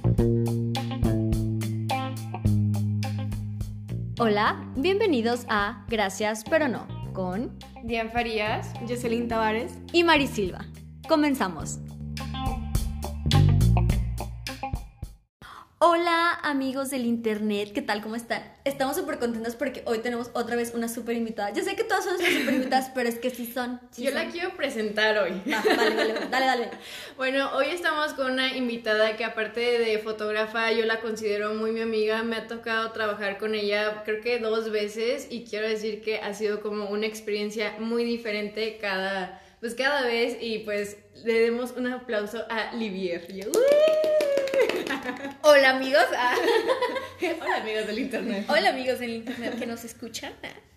Hola, bienvenidos a Gracias pero no, con Dian Farías, Jocelyn Tavares y Mari Silva. Comenzamos. Hola amigos del internet, ¿qué tal? ¿Cómo están? Estamos súper contentos porque hoy tenemos otra vez una súper invitada. Yo sé que todas son súper invitadas, pero es que sí son. Yo la quiero presentar hoy. Dale. Bueno, hoy estamos con una invitada que aparte de fotógrafa, yo la considero muy mi amiga. Me ha tocado trabajar con ella creo que 2 veces y quiero decir que ha sido como una experiencia muy diferente cada vez, y pues le demos un aplauso a Livier. Hola amigos. Hola amigos del internet. Hola amigos del internet que nos escuchan.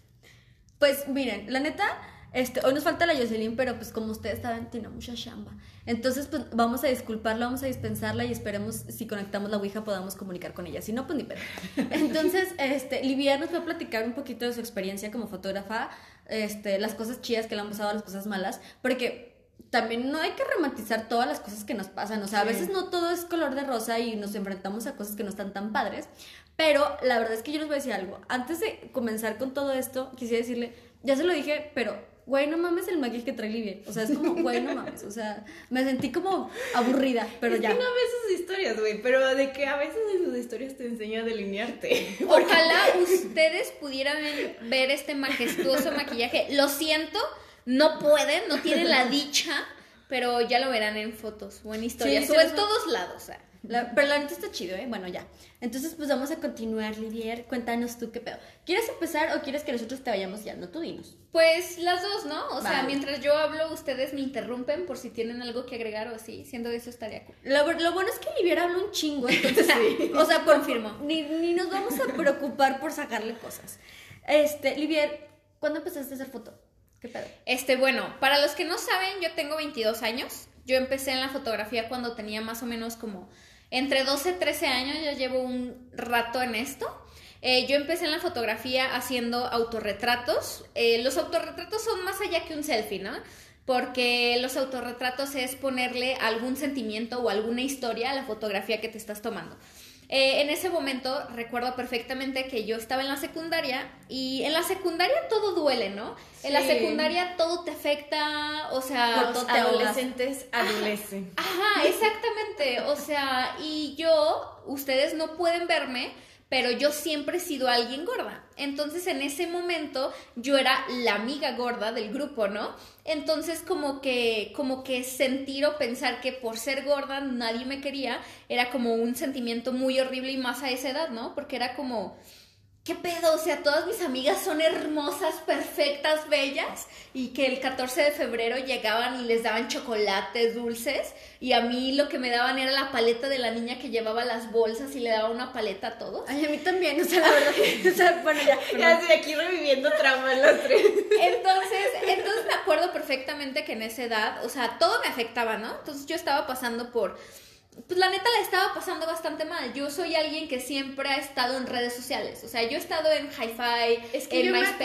Pues miren, la neta, hoy nos falta la Jocelyn, pero pues como ustedes saben, tiene mucha chamba. Entonces, pues vamos a disculparla, vamos a dispensarla y esperemos si conectamos la ouija podamos comunicar con ella. Si no, pues ni pedo. Entonces, Livia nos va a platicar un poquito de su experiencia como fotógrafa, las cosas chidas que le han pasado, las cosas malas, porque también no hay que romantizar todas las cosas que nos pasan, o sea, sí. A veces no todo es color de rosa y nos enfrentamos a cosas que no están tan padres, pero la verdad es que yo les voy a decir algo. Antes de comenzar con todo esto, quisiera decirle, ya se lo dije, pero güey, no mames el maquillaje que trae Livia, o sea, es como, güey, no mames, o sea, me sentí como aburrida, pero es ya. Es que no ves sus historias, güey, pero de que a veces en sus historias te enseña a delinearte. Ojalá ustedes pudieran ver este majestuoso maquillaje. Lo siento, no pueden, no tienen la dicha, pero ya lo verán en fotos o en historias, Sí, o en todos lados. Pero la neta está chido, Bueno, ya. Entonces, pues vamos a continuar, Livier. Cuéntanos tú qué pedo. ¿Quieres empezar o quieres que nosotros te vayamos guiando? Tú dinos. Pues las dos, ¿no? O sea, Vale. mientras yo hablo, ustedes me interrumpen por si tienen algo que agregar o así. Siendo eso estaría cool. Lo bueno es que Livier habla un chingo, entonces, Sí. o sea, Confirmo. Ni nos vamos a preocupar por sacarle cosas. Livier, ¿cuándo empezaste a hacer foto? ¿Qué pedo? Bueno, para los que no saben, yo tengo 22 años. Yo empecé en la fotografía cuando tenía más o menos como entre 12 y 13 años. Ya llevo un rato en esto. Yo empecé en la fotografía haciendo autorretratos. Los autorretratos son más allá que un selfie, ¿no? Porque los autorretratos es ponerle algún sentimiento o alguna historia a la fotografía que te estás tomando. En ese momento recuerdo perfectamente que yo estaba en la secundaria y en la secundaria todo duele, ¿no? Sí. En la secundaria todo te afecta, o sea... Los adolescentes adolecen. Ajá, exactamente, o sea, y ustedes no pueden verme, pero yo siempre he sido alguien gorda. Entonces, en ese momento, yo era la amiga gorda del grupo, ¿no? Entonces, como que sentir o pensar que por ser gorda nadie me quería, era como un sentimiento muy horrible, y más a esa edad, ¿no? Porque era como... ¿Qué pedo? O sea, todas mis amigas son hermosas, perfectas, bellas, y que el 14 de febrero llegaban y les daban chocolates, dulces, y a mí lo que me daban era la paleta de la niña que llevaba las bolsas y le daba una paleta a todos. Ay, a mí también, o sea, la verdad, o sea, bueno, ya. Ya estoy aquí reviviendo traumas los tres. Entonces me acuerdo perfectamente que en esa edad, o sea, todo me afectaba, ¿no? Entonces yo estaba pasando por... Pues la neta la estaba pasando bastante mal. Yo soy alguien que siempre ha estado en redes sociales. O sea, yo he estado en Hi-Fi, Es que en yo MySpace.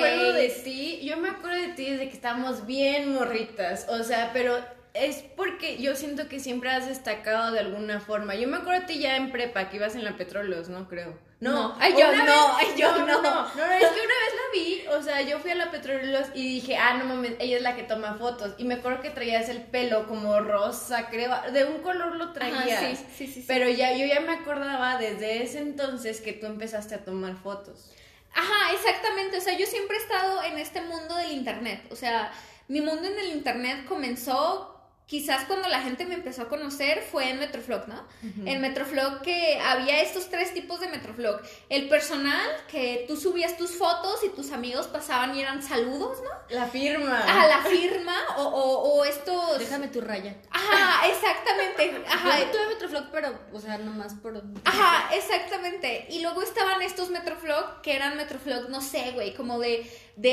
me acuerdo de ti desde que estábamos bien morritas. O sea, pero es porque yo siento que siempre has destacado de alguna forma. Yo me acuerdo de ti ya en prepa, que ibas en la Petróleos, ¿no? Creo. No, Ay, yo una no, vez- ay, yo no. No, es que una vez la vi, o sea, yo fui a la Petróleos y dije, no mames, ella es la que toma fotos. Y me acuerdo que traías el pelo como rosa, creo, de un color lo traías. Ajá, sí. Pero yo ya me acordaba desde ese entonces que tú empezaste a tomar fotos. Ajá, exactamente. O sea, yo siempre he estado en este mundo del internet. O sea, mi mundo en el internet comenzó... Quizás cuando la gente me empezó a conocer fue en Metroflog, ¿no? Uh-huh. En Metroflog, que había estos 3 tipos de Metroflog. El personal, que tú subías tus fotos y tus amigos pasaban y eran saludos, ¿no? La firma. Ajá, la firma, o estos... Déjame tu raya. Ajá, exactamente. Ajá. Yo tuve Metroflog, pero, o sea, nomás por... Ajá, exactamente. Y luego estaban estos Metroflog, que eran Metroflog, no sé, güey, como de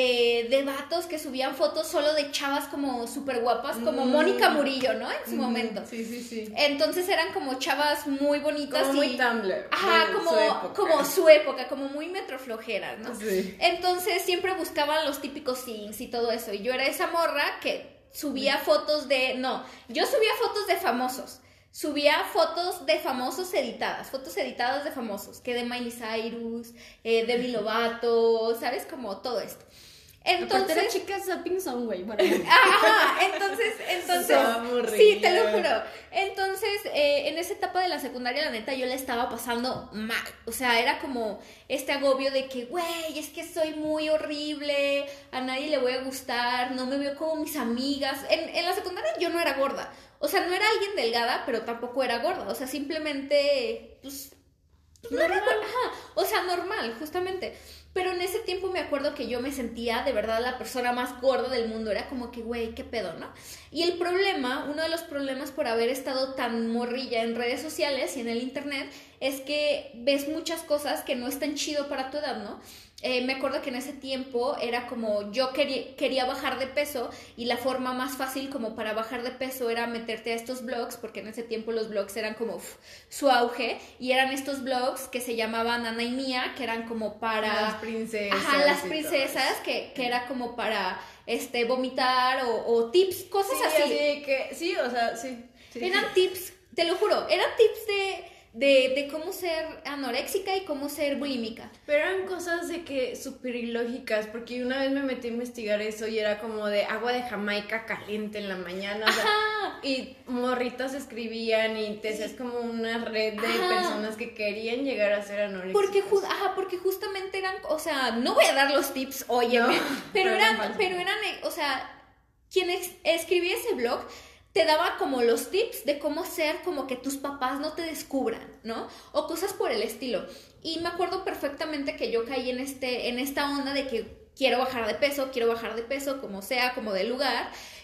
vatos que subían fotos solo de chavas como súper guapas, como Mónica Murillo, ¿no? En su momento. Sí. Entonces eran como chavas muy bonitas. Como muy Tumblr. Ajá, como su época, como muy metroflojeras, ¿no? Sí. Entonces siempre buscaban los típicos scenes y todo eso. Y yo era esa morra que subía fotos de... No, yo subía fotos de famosos. subía fotos de famosos editadas, fotos editadas de famosos, que de Miley Cyrus, Demi Lovato, ¿sabes? Como todo esto. Entonces, aparte era chicas zapping son, güey. Bueno. Ajá, entonces, sí, te lo juro. Entonces, en esa etapa de la secundaria, la neta, yo la estaba pasando mal. O sea, era como este agobio de que, güey, es que soy muy horrible, a nadie le voy a gustar, no me veo como mis amigas. En la secundaria yo no era gorda. O sea, no era alguien delgada, pero tampoco era gorda. O sea, simplemente, pues no era gorda. Ajá, o sea, normal, justamente. Pero en ese tiempo me acuerdo que yo me sentía de verdad la persona más gorda del mundo. Era como que, güey, qué pedo, ¿no? Y el problema, uno de los problemas por haber estado tan morrilla en redes sociales y en el internet, es que ves muchas cosas que no están chido para tu edad, ¿no? Me acuerdo que en ese tiempo era como yo quería bajar de peso y la forma más fácil como para bajar de peso era meterte a estos blogs, porque en ese tiempo los blogs eran como su auge, y eran estos blogs que se llamaban Ana y Mía, que eran como para... Las princesas. Ajá, las princesas, que era como para vomitar o tips, cosas sí, así. Sí, o sea, sí. Eran tips, te lo juro, eran tips de cómo ser anoréxica y cómo ser bulímica. Pero eran cosas de que súper ilógicas, porque una vez me metí a investigar eso y era como de agua de Jamaica caliente en la mañana, o sea, y morritas escribían y te hacías como una red de personas que querían llegar a ser anoréxicas. Porque justamente eran, o sea, no voy a dar los tips, óyeme, no, pero eran, o sea, quien escribía ese blog te daba como los tips de cómo ser como que tus papás no te descubran, ¿no? O cosas por el estilo. Y me acuerdo perfectamente que yo caí en esta onda de que quiero bajar de peso, como sea, como de lugar.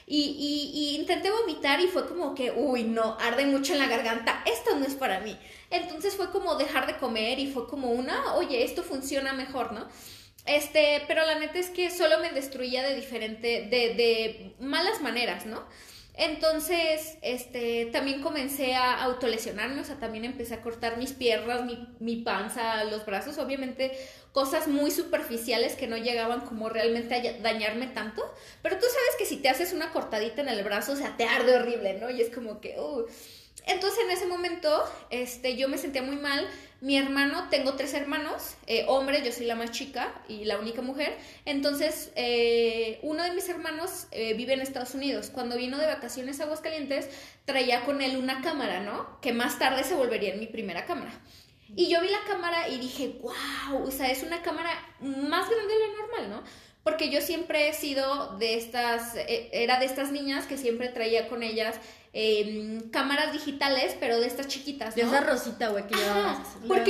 Y intenté vomitar y fue como que, uy, no, arde mucho en la garganta, esto no es para mí. Entonces fue como dejar de comer y fue como oye, esto funciona mejor, ¿no? Pero la neta es que solo me destruía de malas maneras, ¿no? Entonces, también comencé a autolesionarme, o sea, también empecé a cortar mis piernas, mi panza, los brazos, obviamente cosas muy superficiales que no llegaban como realmente a dañarme tanto, pero tú sabes que si te haces una cortadita en el brazo, o sea, te arde horrible, ¿no? Y es como que, Entonces, en ese momento, yo me sentía muy mal. Mi hermano, tengo 3 hermanos, hombres, yo soy la más chica y la única mujer. Entonces, uno de mis hermanos vive en Estados Unidos. Cuando vino de vacaciones a Aguascalientes, traía con él una cámara, ¿no? Que más tarde se volvería en mi primera cámara. Y yo vi la cámara y dije, wow, o sea, es una cámara más grande de lo normal, ¿no? Porque yo siempre he sido era de estas niñas que siempre traía con ellas cámaras digitales, pero de estas chiquitas, ¿no? De esa rosita, güey, que llevabas. Porque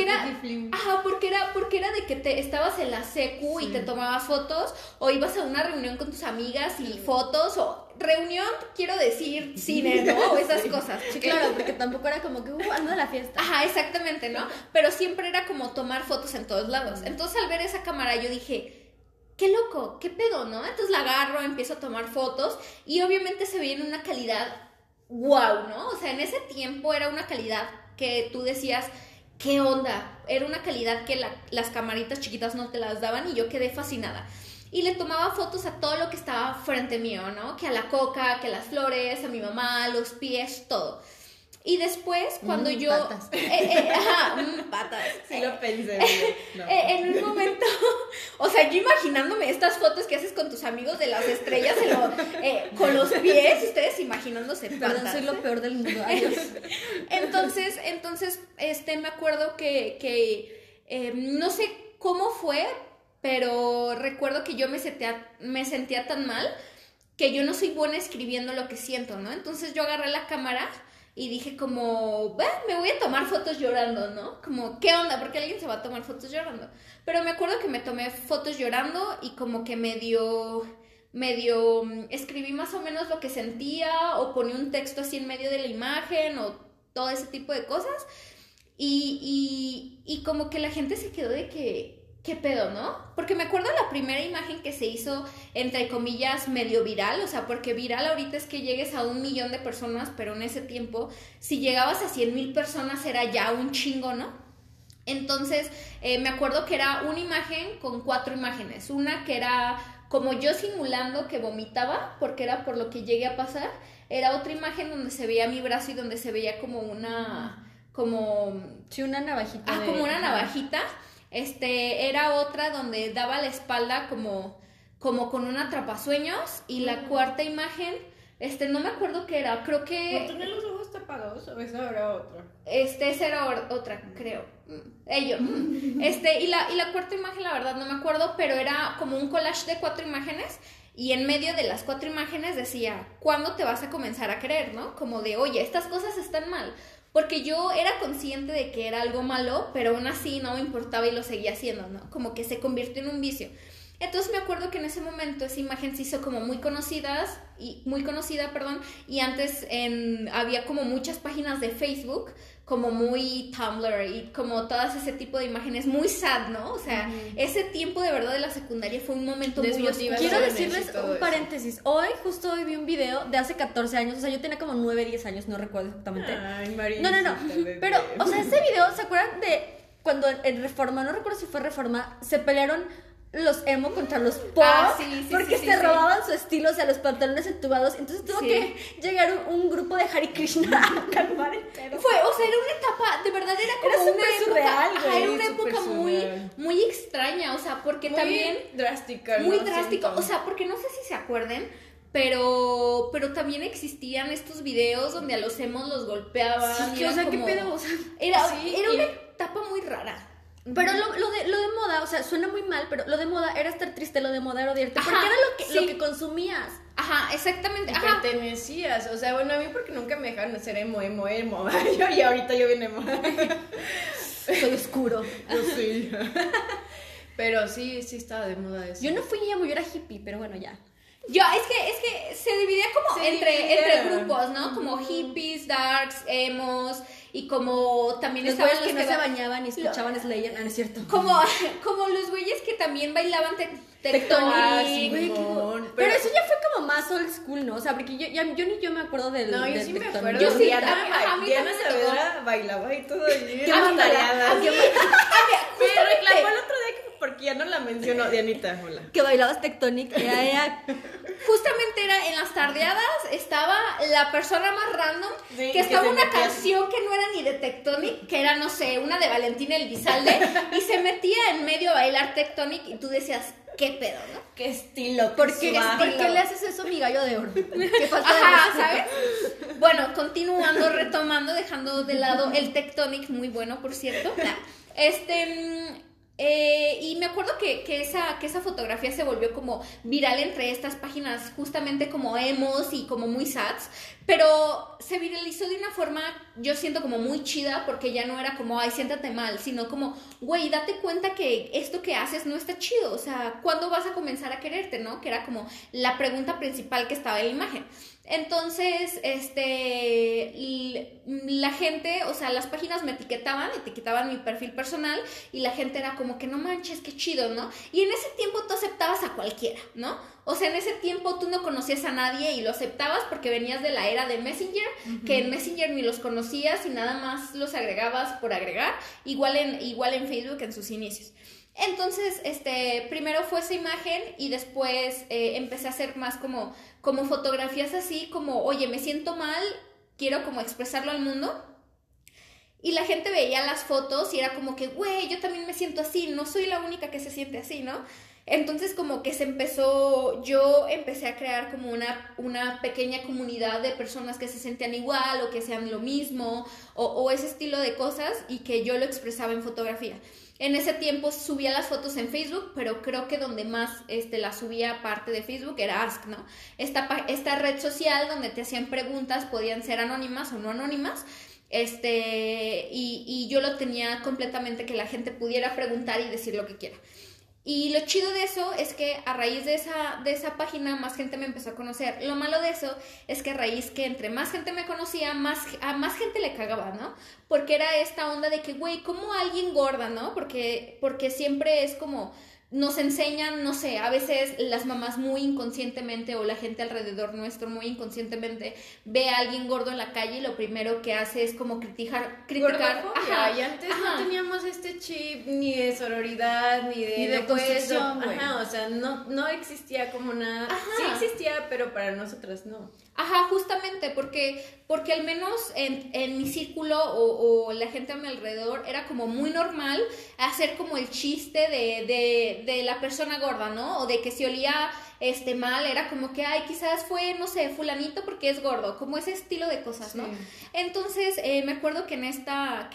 era de que estabas en la secu y te tomabas fotos, o ibas a una reunión con tus amigas y fotos, o reunión, quiero decir, cine, ¿no? O esas cosas. Claro, porque tampoco era como que, ando de la fiesta. Ajá, exactamente, ¿no? Pero siempre era como tomar fotos en todos lados. Entonces, al ver esa cámara, yo dije, qué loco, qué pedo, ¿no? Entonces la agarro, empiezo a tomar fotos y obviamente se veía en una calidad wow, ¿no? O sea, en ese tiempo era una calidad que tú decías, ¿qué onda? Era una calidad que las camaritas chiquitas no te las daban y yo quedé fascinada. Y le tomaba fotos a todo lo que estaba frente mío, ¿no? Que a la coca, que a las flores, a mi mamá, los pies, todo. Y después, cuando yo... Patas. Patas. Sí lo pensé. No. En un momento, o sea, yo imaginándome estas fotos que haces con tus amigos de las estrellas con los pies, ustedes imaginándose patas. Perdón, soy lo peor del mundo. Adiós. Entonces, me acuerdo que no sé cómo fue, pero recuerdo que yo me sentía tan mal que yo no soy buena escribiendo lo que siento, ¿no? Entonces yo agarré la cámara y dije como, me voy a tomar fotos llorando, ¿no? Como, ¿qué onda? ¿Por qué alguien se va a tomar fotos llorando? Pero me acuerdo que me tomé fotos llorando y como que medio escribí más o menos lo que sentía o ponía un texto así en medio de la imagen o todo ese tipo de cosas. Y como que la gente se quedó de que, ¿qué pedo, no? Porque me acuerdo la primera imagen que se hizo, entre comillas, medio viral, o sea, porque viral ahorita es que llegues a 1 millón de personas, pero en ese tiempo, si llegabas a 100,000 personas era ya un chingo, ¿no? Entonces, me acuerdo que era una imagen con 4 imágenes. Una que era como yo simulando que vomitaba, porque era por lo que llegué a pasar. era otra imagen donde se veía mi brazo y donde se veía como Sí, una navajita. como una navajita. Era otra donde daba la espalda como con un atrapasueños. Y la cuarta imagen, no me acuerdo qué era, creo que... ¿Por tener los ojos tapados o esa era otra? Esa era otra, creo. Y la cuarta imagen, la verdad, no me acuerdo, pero era como un collage de 4 imágenes. Y en medio de las 4 imágenes decía, ¿cuándo te vas a comenzar a creer, no? Como de, oye, estas cosas están mal. Porque yo era consciente de que era algo malo, pero aún así no me importaba y lo seguía haciendo, ¿no? Como que se convirtió en un vicio. Entonces me acuerdo que en ese momento esa imagen se hizo como muy conocida, y antes había como muchas páginas de Facebook, como muy Tumblr y como todas ese tipo de imágenes muy sad, ¿no? O sea, ese tiempo de verdad de la secundaria fue un momento muy oscuro. Quiero decirles un paréntesis. Justo hoy vi un video de hace 14 años, o sea, yo tenía como 9, 10 años, no recuerdo exactamente. Ay, María. No. Pero, o sea, ese video, ¿se acuerdan de cuando en Reforma, no recuerdo si fue Reforma, se pelearon los emo contra los pop? Sí, porque se robaban su estilo, o sea, los pantalones entubados. Entonces tuvo que llegar un grupo de Hare Krishna a calmar el pedo. Era una etapa, de verdad era como una época surreal, güey. Era una época muy extraña, o sea, porque muy también drástica, muy ¿no? drástico, o sea, porque no sé si se acuerden, pero también existían estos videos donde a los emos los golpeaban. Sí, o sea, qué pedo, o sea, era una etapa muy rara. Pero lo de moda, o sea, suena muy mal, pero lo de moda era estar triste, lo de moda era odiarte, porque era lo que consumías. Ajá, exactamente. Y pertenecías, o sea, bueno, a mí porque nunca me dejaron hacer emo. Y ahorita yo bien emo. Soy oscuro. Yo sí. Pero sí estaba de moda eso. Yo no fui emo, yo era hippie, pero bueno, ya. Es que se dividía como entre grupos, ¿no? Como hippies, darks, emos, y como también estaban los que no se bañaban y escuchaban Slayer, no es cierto. Como los güeyes que también bailaban Tectonic. Pero eso ya fue como más old school, ¿no? O sea, porque yo ni yo me acuerdo del No, yo del sí me Tectonic. acuerdo. Yo sí, Diana Saavedra bailaba y todo. Qué mandariada. Me reclamó el otro día porque ya no la mencionó. Dianita, hola. Que bailabas Tectonic. Justamente era en las tardeadas, estaba la persona más random, que estaba una canción que no era ni de Tectonic, que era, no sé, una de Valentina Elizalde, y se metía en medio a bailar Tectonic y tú decías, ¿qué pedo, no? ¿Qué estilo? ¿Por qué le haces eso a mi gallo de oro? ¿Qué falta de respeto? ¿Sabes? Bueno, continuando, retomando, dejando de lado el Tectonic, muy bueno, por cierto. Y me acuerdo que esa fotografía se volvió como viral entre estas páginas justamente como emos y como muy sads, pero se viralizó de una forma, yo siento como muy chida, porque ya no era como, ay, siéntate mal, sino como, güey, date cuenta que esto que haces no está chido, o sea, ¿cuándo vas a comenzar a quererte, no? Que era como la pregunta principal que estaba en la imagen. Entonces, la gente, o sea, las páginas me etiquetaban mi perfil personal, y la gente era como que no manches, qué chido, ¿no? Y en ese tiempo tú aceptabas a cualquiera, ¿no? O sea, en ese tiempo tú no conocías a nadie y lo aceptabas porque venías de la era de Messenger, que en Messenger ni los conocías y nada más los agregabas por agregar, igual en Facebook en sus inicios. Entonces, primero fue esa imagen y después empecé a hacer más como fotografías así, como, oye, me siento mal, quiero como expresarlo al mundo. Y la gente veía las fotos y era como que, güey, yo también me siento así, no soy la única que se siente así, ¿no? Entonces como que yo empecé a crear como una pequeña comunidad de personas que se sentían igual o que sean lo mismo o ese estilo de cosas, y que yo lo expresaba en fotografía. En ese tiempo subía las fotos en Facebook, pero creo que donde más las subía aparte de Facebook era Ask, ¿no? Esta red social donde te hacían preguntas, podían ser anónimas o no anónimas, y yo lo tenía completamente que la gente pudiera preguntar y decir lo que quiera. Y lo chido de eso es que a raíz de esa página más gente me empezó a conocer. Lo malo de eso es que a raíz que entre más gente me conocía, a más gente le cagaba, ¿no? Porque era esta onda de que, güey, ¿cómo alguien gorda, no? Porque siempre es como, nos enseñan, no sé, a veces las mamás muy inconscientemente o la gente alrededor nuestro muy inconscientemente ve a alguien gordo en la calle y lo primero que hace es como criticar. Ajá, y antes no teníamos este chip ni de sororidad ni de construcción, o sea, no existía como nada. Sí existía, pero para nosotras no. Ajá, justamente, porque al menos en mi círculo o la gente a mi alrededor era como muy normal hacer como el chiste de la persona gorda, ¿no? O de que si olía mal, era como que, ay, quizás fue, no sé, fulanito porque es gordo, como ese estilo de cosas, ¿no? Sí. Entonces, me acuerdo que en esta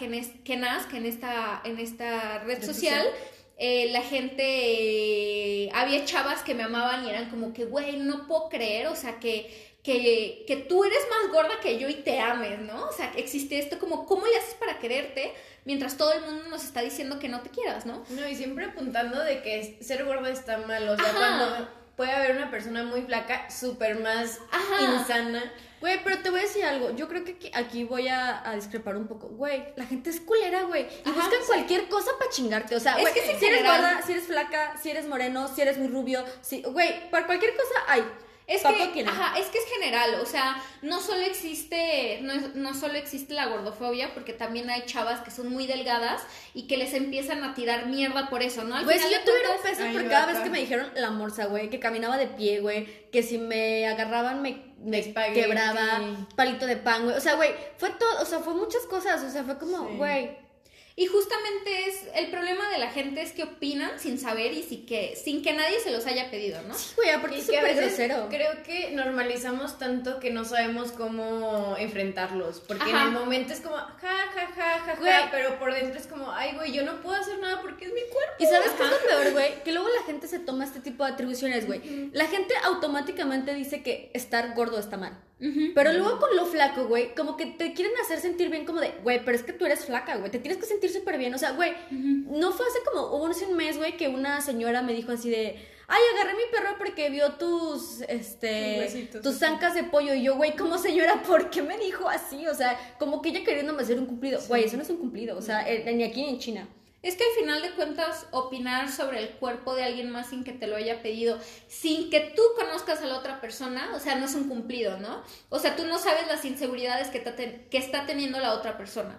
red social, la gente, había chavas que me amaban y eran como que, güey, no puedo creer, o sea, que tú eres más gorda que yo y te ames, ¿no? O sea, que existe esto como, ¿cómo le haces para quererte mientras todo el mundo nos está diciendo que no te quieras, ¿no? No, y siempre apuntando de que ser gorda está mal, o sea, Ajá. cuando puede haber una persona muy flaca, súper más insana. Güey, pero te voy a decir algo. Yo creo que aquí voy a discrepar un poco. Güey, la gente es culera, güey. Y Ajá, buscan sí. cualquier cosa para chingarte. O sea, Es güey, que es en si eres general. gorda, si eres flaca, si eres moreno, si eres muy rubio, güey, para cualquier cosa hay. Es Pa' que, cualquiera. es que es general, o sea, no solo existe la gordofobia, porque también hay chavas que son muy delgadas y que les empiezan a tirar mierda por eso, ¿no? Al Güey, si final yo de tuviera un cuentas- peso Ay, por cada vaca. vez que me dijeron la morsa, güey, que caminaba de pie, güey, que si me agarraban me Espagueti. quebraba, palito de pan, güey. O sea, güey, fue todo, o sea, fue muchas cosas, o sea, fue como, Sí. güey. Y justamente es el problema de la gente es que opinan sin saber y sin que nadie se los haya pedido, ¿no? Güey, aparte Y es que a súper veces grosero. creo que normalizamos tanto que no sabemos cómo enfrentarlos. Porque Ajá. en el momento es como, ja, Güey. pero por dentro es como, ay, güey, yo no puedo hacer nada porque es mi cuerpo. ¿Y sabes qué es lo peor, güey? Que luego la gente se toma este tipo de atribuciones, güey. La gente automáticamente dice que estar gordo está mal. Pero luego con lo flaco, güey, como que te quieren hacer sentir bien como de, güey, pero es que tú eres flaca, güey, te tienes que sentir súper bien. O sea, güey, no fue hace como, hubo hace un mes, güey, que una señora me dijo así de, ay, agarré mi perro porque vio tus huesitos, tus así. zancas de pollo. Y yo, güey, como señora, ¿por qué me dijo así? O sea, como que ella queriéndome hacer un cumplido. Güey, eso no es un cumplido, o sea, ni aquí ni en China. Es que al final de cuentas, opinar sobre el cuerpo de alguien más sin que te lo haya pedido, sin que tú conozcas a la otra persona, o sea, no es un cumplido, ¿no? O sea, tú no sabes las inseguridades que está teniendo la otra persona.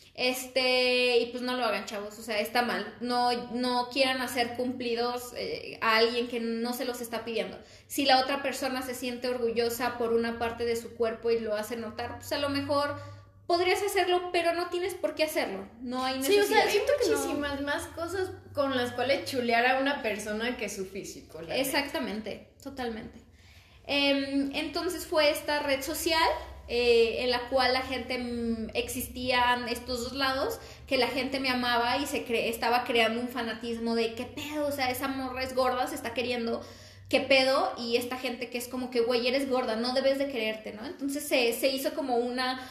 Y pues no lo hagan, chavos, o sea, está mal. No quieran hacer cumplidos a alguien que no se los está pidiendo. Si la otra persona se siente orgullosa por una parte de su cuerpo y lo hace notar, pues a lo mejor podrías hacerlo, pero no tienes por qué hacerlo. No hay Sí, o necesidad. sea, Hay siento que no. muchísimas más cosas con las cuales chulear a una persona que su físico. la Exactamente, totalmente. Entonces fue esta red social en la cual la gente existían estos dos lados, que la gente me amaba y estaba creando un fanatismo de qué pedo, o sea, esa morra es gorda, se está queriendo, qué pedo, y esta gente que es como que, güey, eres gorda, no debes de quererte, ¿no? Entonces se hizo como una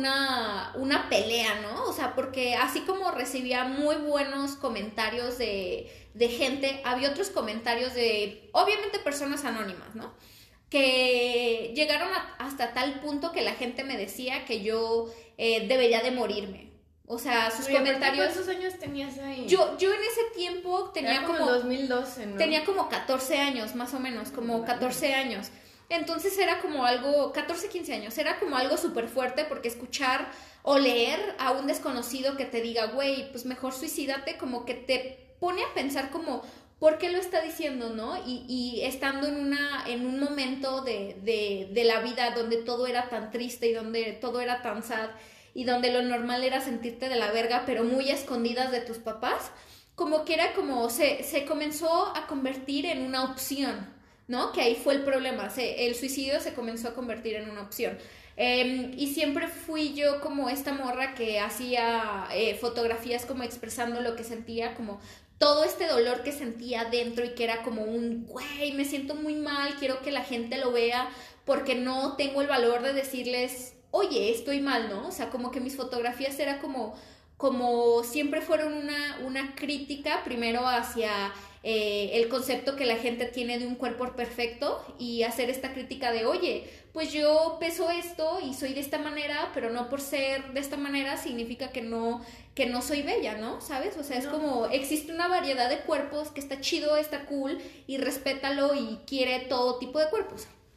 pelea, ¿no? O sea, porque así como recibía muy buenos comentarios de gente, había otros comentarios de, obviamente, personas anónimas, ¿no? Que llegaron hasta tal punto que la gente me decía que yo debería de morirme. O sea, sus Oye, aparte, comentarios... ¿cuántos años tenías ahí? Yo en ese tiempo tenía Era como en 2012, ¿no? tenía como 14 años, más o menos, como 14 años. Entonces era como algo, 14, 15 años, era como algo súper fuerte porque escuchar o leer a un desconocido que te diga, güey, pues mejor suicídate, como que te pone a pensar como, ¿por qué lo está diciendo, no? Y estando en un momento de la vida donde todo era tan triste y donde todo era tan sad y donde lo normal era sentirte de la verga, pero muy a escondidas de tus papás, como que era como, se comenzó a convertir en una opción, ¿no? Que ahí fue el problema, el suicidio se comenzó a convertir en una opción. Y siempre fui yo como esta morra que hacía fotografías como expresando lo que sentía, como todo este dolor que sentía dentro y que era como un, güey, me siento muy mal, quiero que la gente lo vea porque no tengo el valor de decirles, oye, estoy mal, ¿no? O sea, como que mis fotografías era como siempre fueron una crítica primero hacia el concepto que la gente tiene de un cuerpo perfecto y hacer esta crítica de, oye, pues yo peso esto y soy de esta manera, pero no por ser de esta manera significa que no soy bella, ¿no? ¿Sabes? O sea, es como, existe una variedad de cuerpos que está chido, está cool y respétalo y quiere todo tipo de cuerpos.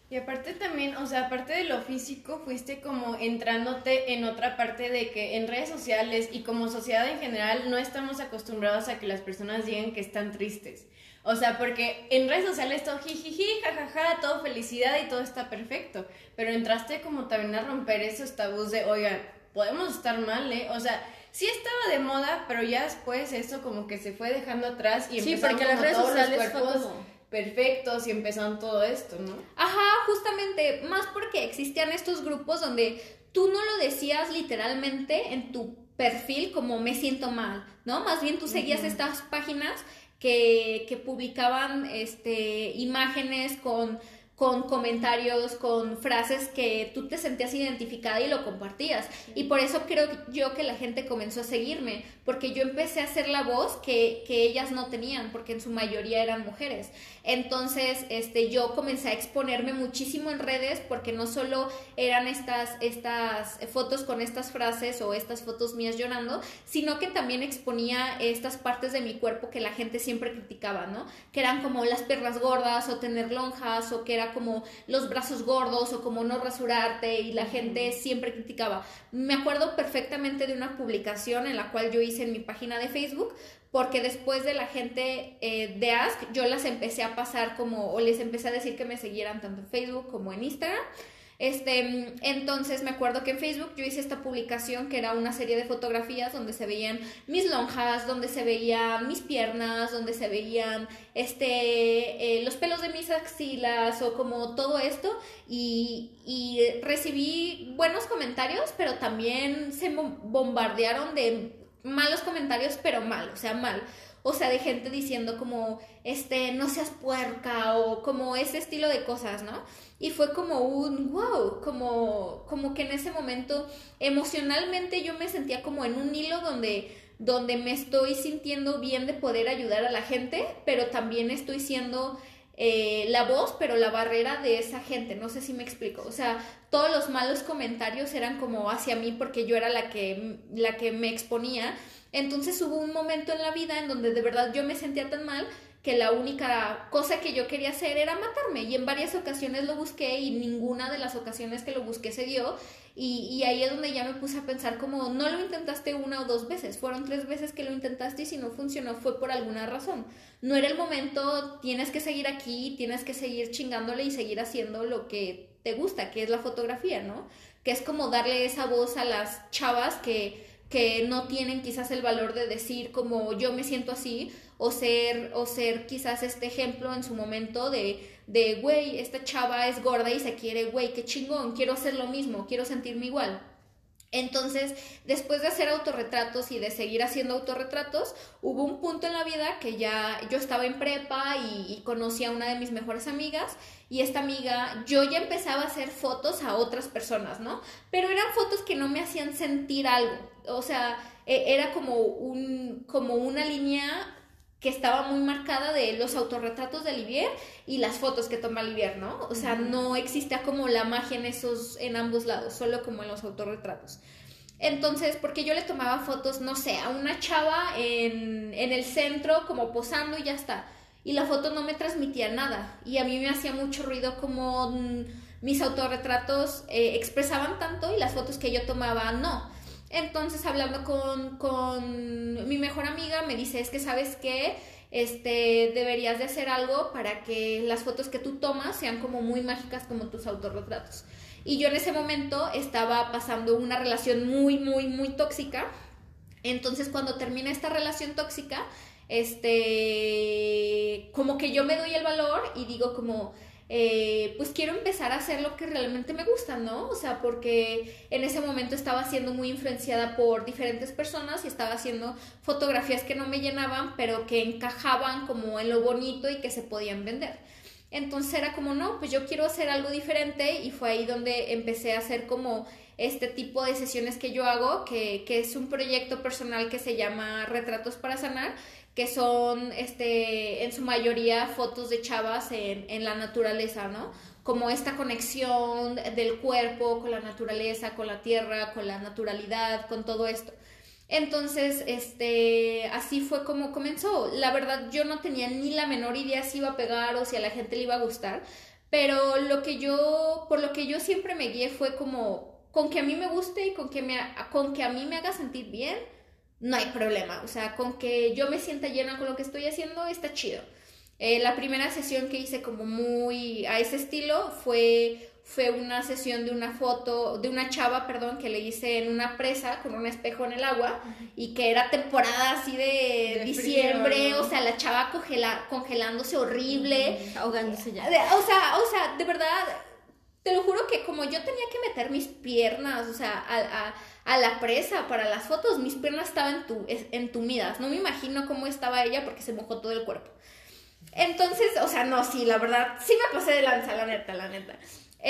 Y aparte también, o sea, aparte de lo físico, fuiste como entrándote en otra parte de que en redes sociales y como sociedad en general no estamos acostumbrados a que las personas digan que están tristes. O sea, porque en redes sociales todo jijiji, jajaja, todo felicidad y todo está perfecto. Pero entraste como también a romper esos tabús de, oigan, podemos estar mal, ¿eh? O sea, sí estaba de moda, pero ya después eso como que se fue dejando atrás y empezaron porque las como redes todos los sociales fue cuerpos como... perfectos y empezaron todo esto, ¿no? Ajá, justamente, más porque existían estos grupos donde tú no lo decías literalmente en tu perfil como me siento mal, ¿no? Más bien tú seguías estas páginas que publicaban imágenes con comentarios, con frases que tú te sentías identificada y lo compartías. Y por eso creo yo que la gente comenzó a seguirme, porque yo empecé a ser la voz que ellas no tenían, porque en su mayoría eran mujeres. Entonces, yo comencé a exponerme muchísimo en redes, porque no solo eran estas fotos con estas frases o estas fotos mías llorando, sino que también exponía estas partes de mi cuerpo que la gente siempre criticaba, ¿no? Que eran como las piernas gordas o tener lonjas o que era como los brazos gordos o como no rasurarte y la gente siempre criticaba. Me acuerdo perfectamente de una publicación en la cual yo hice en mi página de Facebook, porque después de la gente de Ask, yo las empecé a pasar como, o les empecé a decir que me siguieran tanto en Facebook como en Instagram. Entonces me acuerdo que en Facebook yo hice esta publicación que era una serie de fotografías donde se veían mis lonjas, donde se veían mis piernas, donde se veían los pelos de mis axilas o como todo esto y recibí buenos comentarios, pero también se bombardearon de malos comentarios, pero mal, o sea, mal. O sea, de gente diciendo como, no seas puerca o como ese estilo de cosas, ¿no? Y fue como un wow, como que en ese momento emocionalmente yo me sentía como en un hilo donde me estoy sintiendo bien de poder ayudar a la gente, pero también estoy siendo la voz, pero la barrera de esa gente, no sé si me explico, o sea, todos los malos comentarios eran como hacia mí porque yo era la que me exponía. Entonces hubo un momento en la vida en donde de verdad yo me sentía tan mal que la única cosa que yo quería hacer era matarme, y en varias ocasiones lo busqué y ninguna de las ocasiones que lo busqué se dio, y ahí es donde ya me puse a pensar como no lo intentaste una o dos veces, fueron 3 veces que lo intentaste y si no funcionó fue por alguna razón, no era el momento, tienes que seguir aquí, tienes que seguir chingándole y seguir haciendo lo que te gusta, que es la fotografía, ¿no? Que es como darle esa voz a las chavas que no tienen quizás el valor de decir como yo me siento así, o ser quizás este ejemplo en su momento de güey, esta chava es gorda y se quiere, güey, qué chingón, quiero hacer lo mismo, quiero sentirme igual. Entonces, después de hacer autorretratos y de seguir haciendo autorretratos, hubo un punto en la vida que ya yo estaba en prepa y conocí a una de mis mejores amigas, y esta amiga, yo ya empezaba a hacer fotos a otras personas, ¿no? Pero eran fotos que no me hacían sentir algo, o sea, era como una línea que estaba muy marcada de los autorretratos de Olivier y las fotos que toma Olivier, ¿no? O sea, no existía como la magia en ambos lados, solo como en los autorretratos. Entonces, porque yo le tomaba fotos, no sé, a una chava en el centro como posando y ya está, y la foto no me transmitía nada, y a mí me hacía mucho ruido como mis autorretratos expresaban tanto y las fotos que yo tomaba no. Entonces, hablando con mi mejor amiga, me dice, es que ¿sabes qué? Deberías de hacer algo para que las fotos que tú tomas sean como muy mágicas como tus autorretratos. Y yo en ese momento estaba pasando una relación muy, muy, muy tóxica. Entonces, cuando termina esta relación tóxica, como que yo me doy el valor y digo como... pues quiero empezar a hacer lo que realmente me gusta, ¿no? O sea, porque en ese momento estaba siendo muy influenciada por diferentes personas y estaba haciendo fotografías que no me llenaban, pero que encajaban como en lo bonito y que se podían vender. Entonces era como, no, pues yo quiero hacer algo diferente, y fue ahí donde empecé a hacer como este tipo de sesiones que yo hago, que es un proyecto personal que se llama Retratos para Sanar, que son en su mayoría fotos de chavas en la naturaleza, ¿no? Como esta conexión del cuerpo con la naturaleza, con la tierra, con la naturalidad, con todo esto. Entonces, así fue como comenzó. La verdad, yo no tenía ni la menor idea si iba a pegar o si a la gente le iba a gustar, pero por lo que yo siempre me guié fue como, con que a mí me guste y con que a mí me haga sentir bien, no hay problema. O sea, con que yo me sienta llena con lo que estoy haciendo, está chido. La primera sesión que hice como muy a ese estilo fue una sesión de una foto, de una chava, perdón, que le hice en una presa con un espejo en el agua y que era temporada así de diciembre, frío, ¿no? O sea, la chava congelándose horrible. Ahogándose ya. O sea, de verdad, te lo juro que como yo tenía que meter mis piernas, o sea, a la presa para las fotos, mis piernas estaban entumidas. No me imagino cómo estaba ella porque se mojó todo el cuerpo. Entonces, o sea, no, sí, la verdad, sí me pasé de lanza, la neta.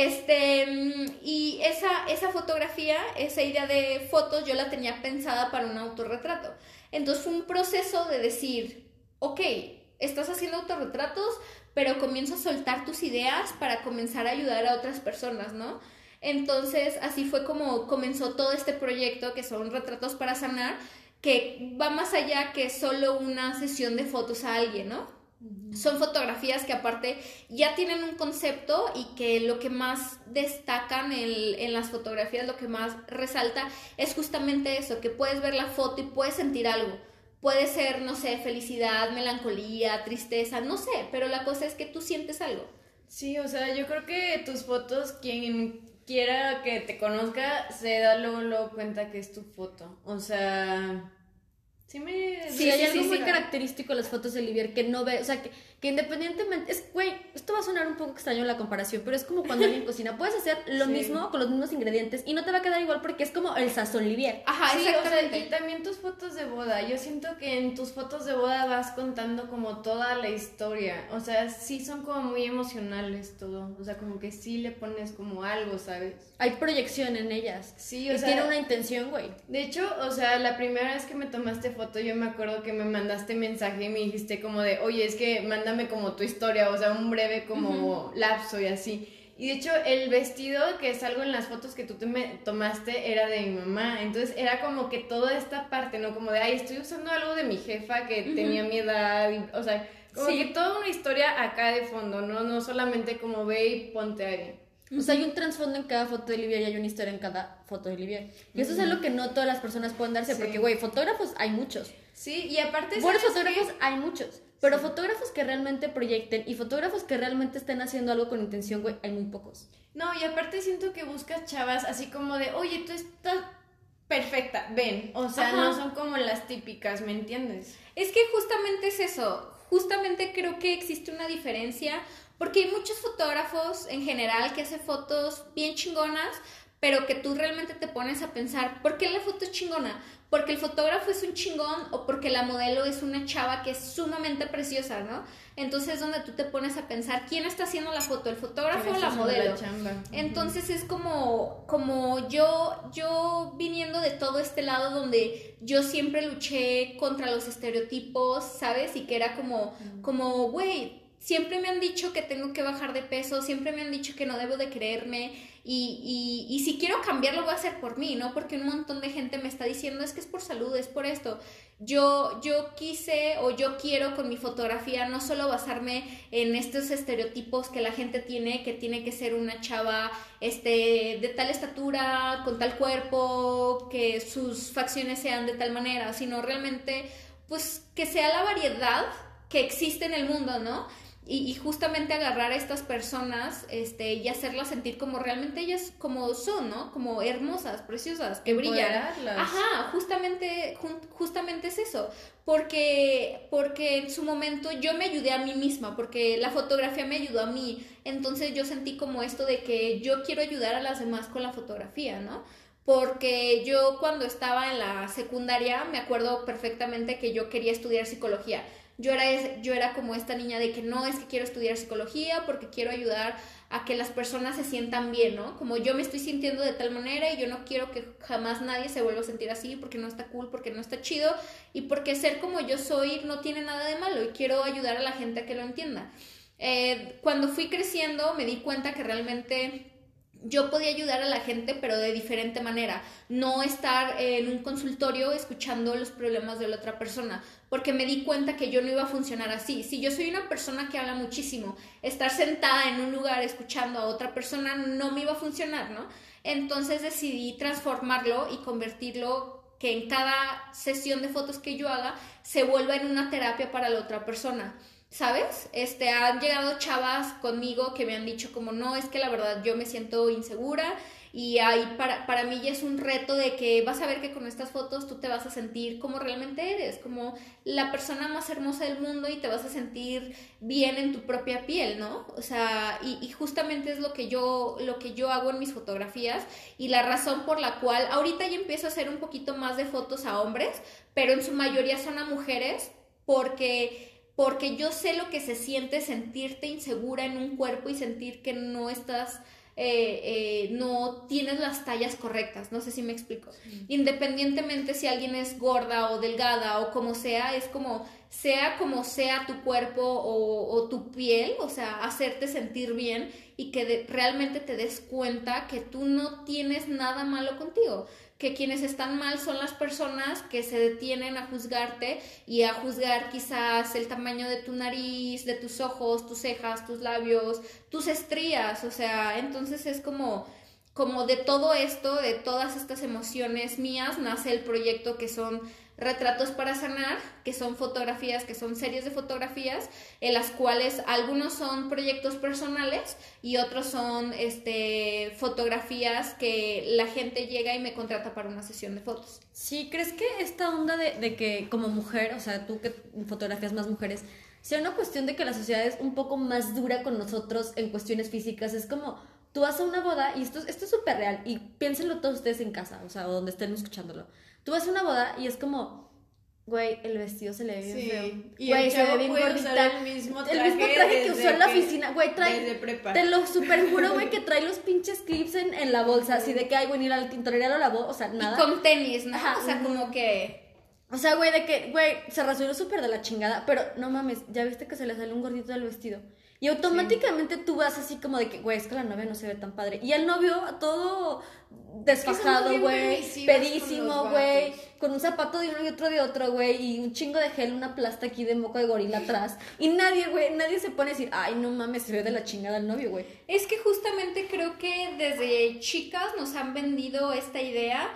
Y esa fotografía, esa idea de fotos, yo la tenía pensada para un autorretrato. Entonces fue un proceso de decir, ok, estás haciendo autorretratos, pero comienzo a soltar tus ideas para comenzar a ayudar a otras personas, ¿no? Entonces, así fue como comenzó todo este proyecto, que son Retratos para Sanar, que va más allá que solo una sesión de fotos a alguien, ¿no? Son fotografías que aparte ya tienen un concepto y que lo que más destacan en las fotografías, lo que más resalta es justamente eso, que puedes ver la foto y puedes sentir algo. Puede ser, no sé, felicidad, melancolía, tristeza, no sé, pero la cosa es que tú sientes algo. Sí, o sea, yo creo que tus fotos, quien quiera que te conozca, se da luego cuenta que es tu foto. O sea... Sí, hay algo muy característico en las fotos de Olivier que no ve, o sea, que independientemente, güey, esto va a sonar un poco extraño en la comparación, pero es como cuando alguien cocina, puedes hacer lo mismo con los mismos ingredientes y no te va a quedar igual porque es como el sazón Olivier. Ajá, sí, exactamente. O sea, y también tus fotos de boda, yo siento que en tus fotos de boda vas contando como toda la historia, o sea, sí son como muy emocionales todo, o sea, como que sí le pones como algo, ¿sabes? Hay proyección en ellas. Sí, o y sea, tiene una intención, güey. De hecho, o sea, la primera vez que me tomaste foto, yo me acuerdo que me mandaste mensaje y me dijiste como de, oye, es que mándame como tu historia, o sea, un breve como lapso y así. Y de hecho, el vestido que salgo en las fotos que tú me tomaste era de mi mamá, entonces era como que toda esta parte, ¿no? Como de, ay, estoy usando algo de mi jefa que tenía mi edad, y, o sea, como que toda una historia acá de fondo, ¿no? No solamente como ve y ponte ahí. O sea, hay un trasfondo en cada foto de Olivier y hay una historia en cada foto de Olivier. Y eso es algo que no todas las personas pueden darse, porque, güey, fotógrafos hay muchos. Sí, y aparte... Buenos fotógrafos hay muchos, pero fotógrafos que realmente proyecten y fotógrafos que realmente estén haciendo algo con intención, güey, hay muy pocos. No, y aparte siento que buscas chavas así como de, oye, tú estás perfecta, ven. O sea, no son como las típicas, ¿me entiendes? Es que justamente es eso. Justamente creo que existe una diferencia, porque hay muchos fotógrafos en general que hacen fotos bien chingonas, pero que tú realmente te pones a pensar, ¿por qué la foto es chingona? ¿Porque el fotógrafo es un chingón o porque la modelo es una chava que es sumamente preciosa, ¿no? Entonces, donde tú te pones a pensar, ¿quién está haciendo la foto? ¿El fotógrafo o la modelo? La chamba. Entonces es como yo viniendo de todo este lado donde yo siempre luché contra los estereotipos, ¿sabes? Y que era como, güey, siempre me han dicho que tengo que bajar de peso, siempre me han dicho que no debo de creerme y si quiero cambiarlo voy a hacer por mí, ¿no? Porque un montón de gente me está diciendo es que es por salud, es por esto. Yo quise o yo quiero con mi fotografía no solo basarme en estos estereotipos que la gente tiene, que tiene que ser una chava de tal estatura, con tal cuerpo, que sus facciones sean de tal manera, sino realmente pues que sea la variedad que existe en el mundo, ¿no? Y justamente agarrar a estas personas y hacerlas sentir como realmente ellas como son, ¿no? Como hermosas, preciosas, que brillan. Ajá, justamente es eso. Porque en su momento yo me ayudé a mí misma, porque la fotografía me ayudó a mí. Entonces yo sentí como esto de que yo quiero ayudar a las demás con la fotografía, ¿no? Porque yo cuando estaba en la secundaria me acuerdo perfectamente que yo quería estudiar psicología. Yo era como esta niña de que no, es que quiero estudiar psicología porque quiero ayudar a que las personas se sientan bien, ¿no? Como yo me estoy sintiendo de tal manera y yo no quiero que jamás nadie se vuelva a sentir así porque no está cool, porque no está chido y porque ser como yo soy no tiene nada de malo y quiero ayudar a la gente a que lo entienda. Cuando fui creciendo me di cuenta que realmente yo podía ayudar a la gente, pero de diferente manera. No estar en un consultorio escuchando los problemas de la otra persona, porque me di cuenta que yo no iba a funcionar así. Si yo soy una persona que habla muchísimo, estar sentada en un lugar escuchando a otra persona no me iba a funcionar, ¿no? Entonces decidí transformarlo y convertirlo que en cada sesión de fotos que yo haga se vuelva en una terapia para la otra persona. ¿Sabes? Han llegado chavas conmigo que me han dicho como no, es que la verdad yo me siento insegura y ahí para mí ya es un reto de que vas a ver que con estas fotos tú te vas a sentir como realmente eres, como la persona más hermosa del mundo y te vas a sentir bien en tu propia piel, ¿no? O sea, y justamente es lo que yo hago en mis fotografías y la razón por la cual ahorita ya empiezo a hacer un poquito más de fotos a hombres, pero en su mayoría son a mujeres porque yo sé lo que se siente sentirte insegura en un cuerpo y sentir que no estás, no tienes las tallas correctas, no sé si me explico. Independientemente si alguien es gorda o delgada o como sea, es como sea tu cuerpo o tu piel, o sea, hacerte sentir bien y que realmente te des cuenta que tú no tienes nada malo contigo, que quienes están mal son las personas que se detienen a juzgarte y a juzgar quizás el tamaño de tu nariz, de tus ojos, tus cejas, tus labios, tus estrías, o sea, entonces es como de todo esto, de todas estas emociones mías, nace el proyecto que son Retratos para Sanar, que son fotografías, que son series de fotografías, en las cuales algunos son proyectos personales y otros son fotografías que la gente llega y me contrata para una sesión de fotos. Sí, ¿crees que esta onda de que como mujer, o sea, tú que fotografías más mujeres, sea una cuestión de que la sociedad es un poco más dura con nosotros en cuestiones físicas? Es como, tú vas a una boda, y esto es súper real, y piénsenlo todos ustedes en casa, o sea, o donde estén escuchándolo. Tú vas a una boda y es como, güey, el vestido se le ve bien feo. Y güey, el se ve chavo bien puede gordita. usar el mismo traje que usó en la oficina. Güey, trae. Desde prepa. Te lo super juro, güey, que trae los pinches clips en la bolsa. Así de que, ay, güey, ni la tintorería lo lavó. O sea, nada. Y con tenis, ¿no? Ajá, o sea, como que... O sea, güey, de que, güey, se rasuró súper de la chingada. Pero no mames, ya viste que se le sale un gordito del vestido. Y automáticamente tú vas así como de que, güey, es que la novia no se ve tan padre. Y el novio todo desfajado, güey, pedísimo, güey, con un zapato de uno y otro de otro, güey, y un chingo de gel, una plasta aquí de moco de gorila atrás. Y nadie se pone a decir, ay, no mames, se ve de la chingada el novio, güey. Es que justamente creo que desde chicas nos han vendido esta idea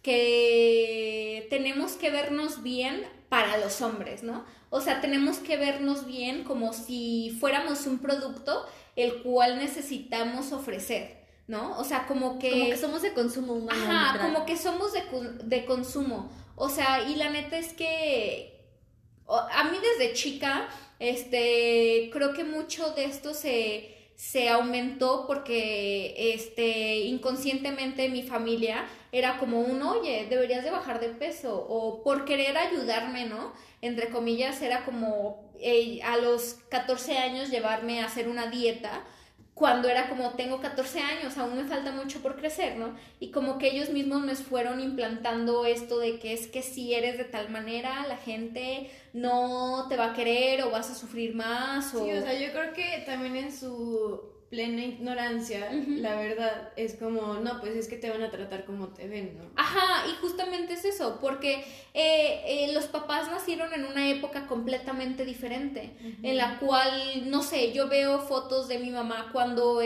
que tenemos que vernos bien para los hombres, ¿no? O sea, tenemos que vernos bien como si fuéramos un producto el cual necesitamos ofrecer, ¿no? O sea, como que somos de consumo humano. Ajá, literal. como que somos de consumo. O sea, y la neta es que a mí desde chica, creo que mucho de esto se aumentó porque inconscientemente mi familia era como oye, deberías de bajar de peso, o por querer ayudarme, ¿no? Entre comillas, era como a los 14 años llevarme a hacer una dieta, cuando era como, tengo 14 años, aún me falta mucho por crecer, ¿no? Y como que ellos mismos me fueron implantando esto de que es que si eres de tal manera, la gente no te va a querer o vas a sufrir más. Sí, o sea, yo creo que también en su plena ignorancia, la verdad, es como, no, pues es que te van a tratar como te ven, ¿no? Ajá, y justamente es eso, porque los papás nacieron en una época completamente diferente, en la cual, no sé, yo veo fotos de mi mamá cuando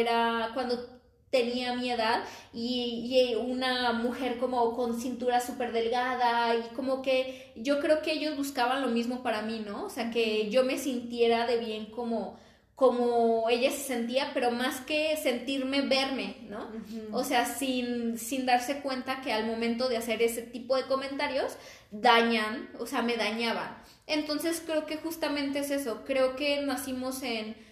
tenía mi edad y una mujer como con cintura súper delgada y como que yo creo que ellos buscaban lo mismo para mí, ¿no? O sea, que yo me sintiera de bien como ella se sentía, pero más que sentirme, verme, ¿no? O sea, sin darse cuenta que al momento de hacer ese tipo de comentarios me dañaban. Entonces creo que justamente es eso, creo que nacimos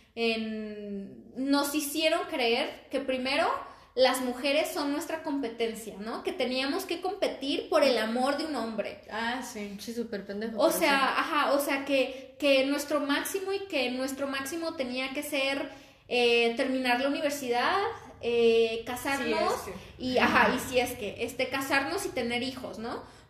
nos hicieron creer que primero las mujeres son nuestra competencia, ¿no? Que teníamos que competir por el amor de un hombre. Ah, sí. Sí, súper pendejo. O sea, sí. Ajá, o sea, que nuestro máximo tenía que ser terminar la universidad, casarnos, casarnos y tener hijos, ¿no?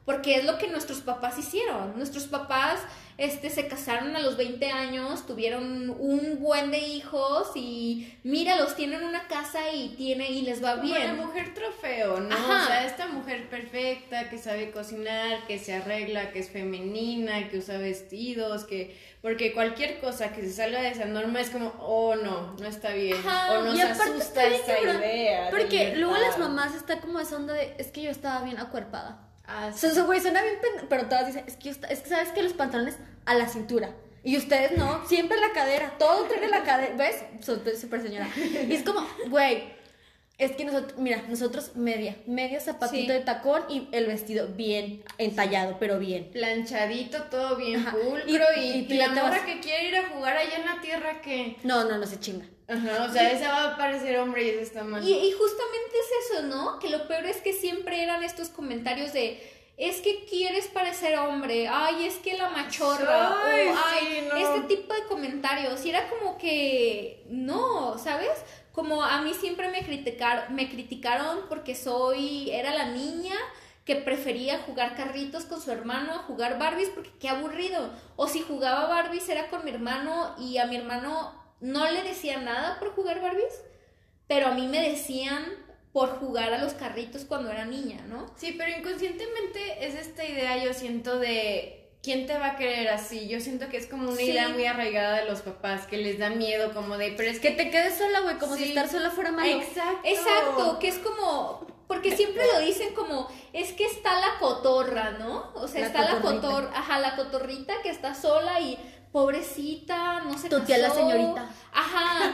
porque es lo que nuestros papás hicieron. Nuestros papás se casaron a los 20 años, tuvieron un buen de hijos y míralos, tienen una casa y les va bien. Como la mujer trofeo, ¿no? Ajá. O sea, esta mujer perfecta que sabe cocinar, que se arregla, que es femenina, que usa vestidos, porque cualquier cosa que se salga de esa norma es como, oh no, no está bien. Ajá. O nos Y aparte asusta está bien esa cabrón, idea. de porque luego libertad. las mamás está como esa onda de, es que yo estaba bien acuerpada. Ah, O sea, eso, güey, suena bien, pero todas dicen, es que sabes que los pantalones a la cintura. Y ustedes no, siempre la cadera, todo trae la cadera, ¿ves? Súper señora. Y es como, güey, es que nosotros media zapatito Sí. de tacón y el vestido bien entallado, pero bien. planchadito, todo bien Ajá. pulcro, Y y tú la ya te morra vas- que quiere ir a jugar allá en la tierra, que... No se chinga. Ajá, o sea, esa va a parecer hombre y esa está mal. Y justamente es eso, ¿no? Que lo peor es que siempre eran estos comentarios de, es que quieres parecer hombre, ay, es que la machorra, Ay, o sí, ay, no. este tipo de comentarios. Y era como que, no, ¿sabes? Como a mí siempre me criticaron porque era la niña que prefería jugar carritos con su hermano a jugar Barbies porque qué aburrido. O si jugaba Barbies era con mi hermano y a mi hermano no le decían nada por jugar Barbies, pero a mí me decían por jugar a los carritos cuando era niña, ¿no? Sí, pero inconscientemente es esta idea, yo siento, de quién te va a querer así. Yo siento que es como una Sí. idea muy arraigada de los papás, que les da miedo, como de, pero es Que te quedes sola, güey, como Sí. si estar sola fuera malo. Exacto, que es como, porque siempre lo dicen como, es que está la cotorra, ¿no? O sea, La está cotorrita. la cotorrita que está sola y pobrecita, no se Tu tía la casó. señorita. Ajá.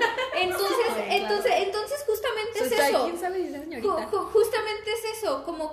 Entonces justamente es sea, eso. ¿quién sabe si es la señorita? Justamente es eso, como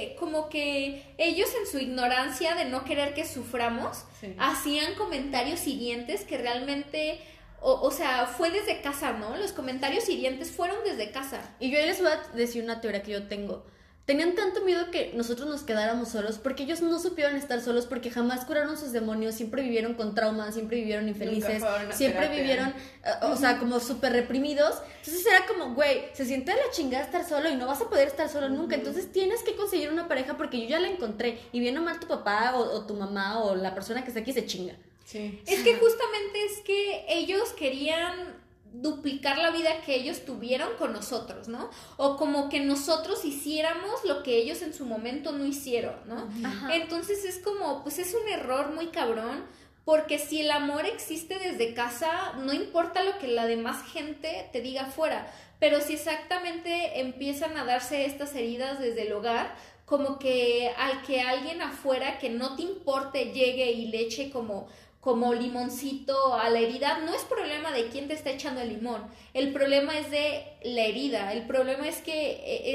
que ellos en su ignorancia de no querer que suframos, Sí. hacían comentarios hirientes que realmente, o sea, fue desde casa, ¿no? Los comentarios hirientes fueron desde casa. Y yo ahí les voy a decir una teoría que yo tengo. Tenían tanto miedo que nosotros nos quedáramos solos porque ellos no supieron estar solos porque jamás curaron sus demonios, siempre vivieron con traumas, siempre vivieron infelices, Nunca fueron a siempre terapia. vivieron, o sea, como súper reprimidos. Entonces era como, güey, se siente de la chingada estar solo y no vas a poder estar solo nunca. Entonces tienes que conseguir una pareja porque yo ya la encontré y bien o mal tu papá o tu mamá o la persona que está aquí se chinga. Sí. Es que justamente es que ellos querían duplicar la vida que ellos tuvieron con nosotros, ¿no? O como que nosotros hiciéramos lo que ellos en su momento no hicieron, ¿no? Ajá. Entonces es como, pues es un error muy cabrón, porque si el amor existe desde casa, no importa lo que la demás gente te diga afuera, pero si exactamente empiezan a darse estas heridas desde el hogar, como que al que alguien afuera que no te importe llegue y le eche como limoncito a la herida, no es problema de quién te está echando el limón, el problema es de la herida, el problema es que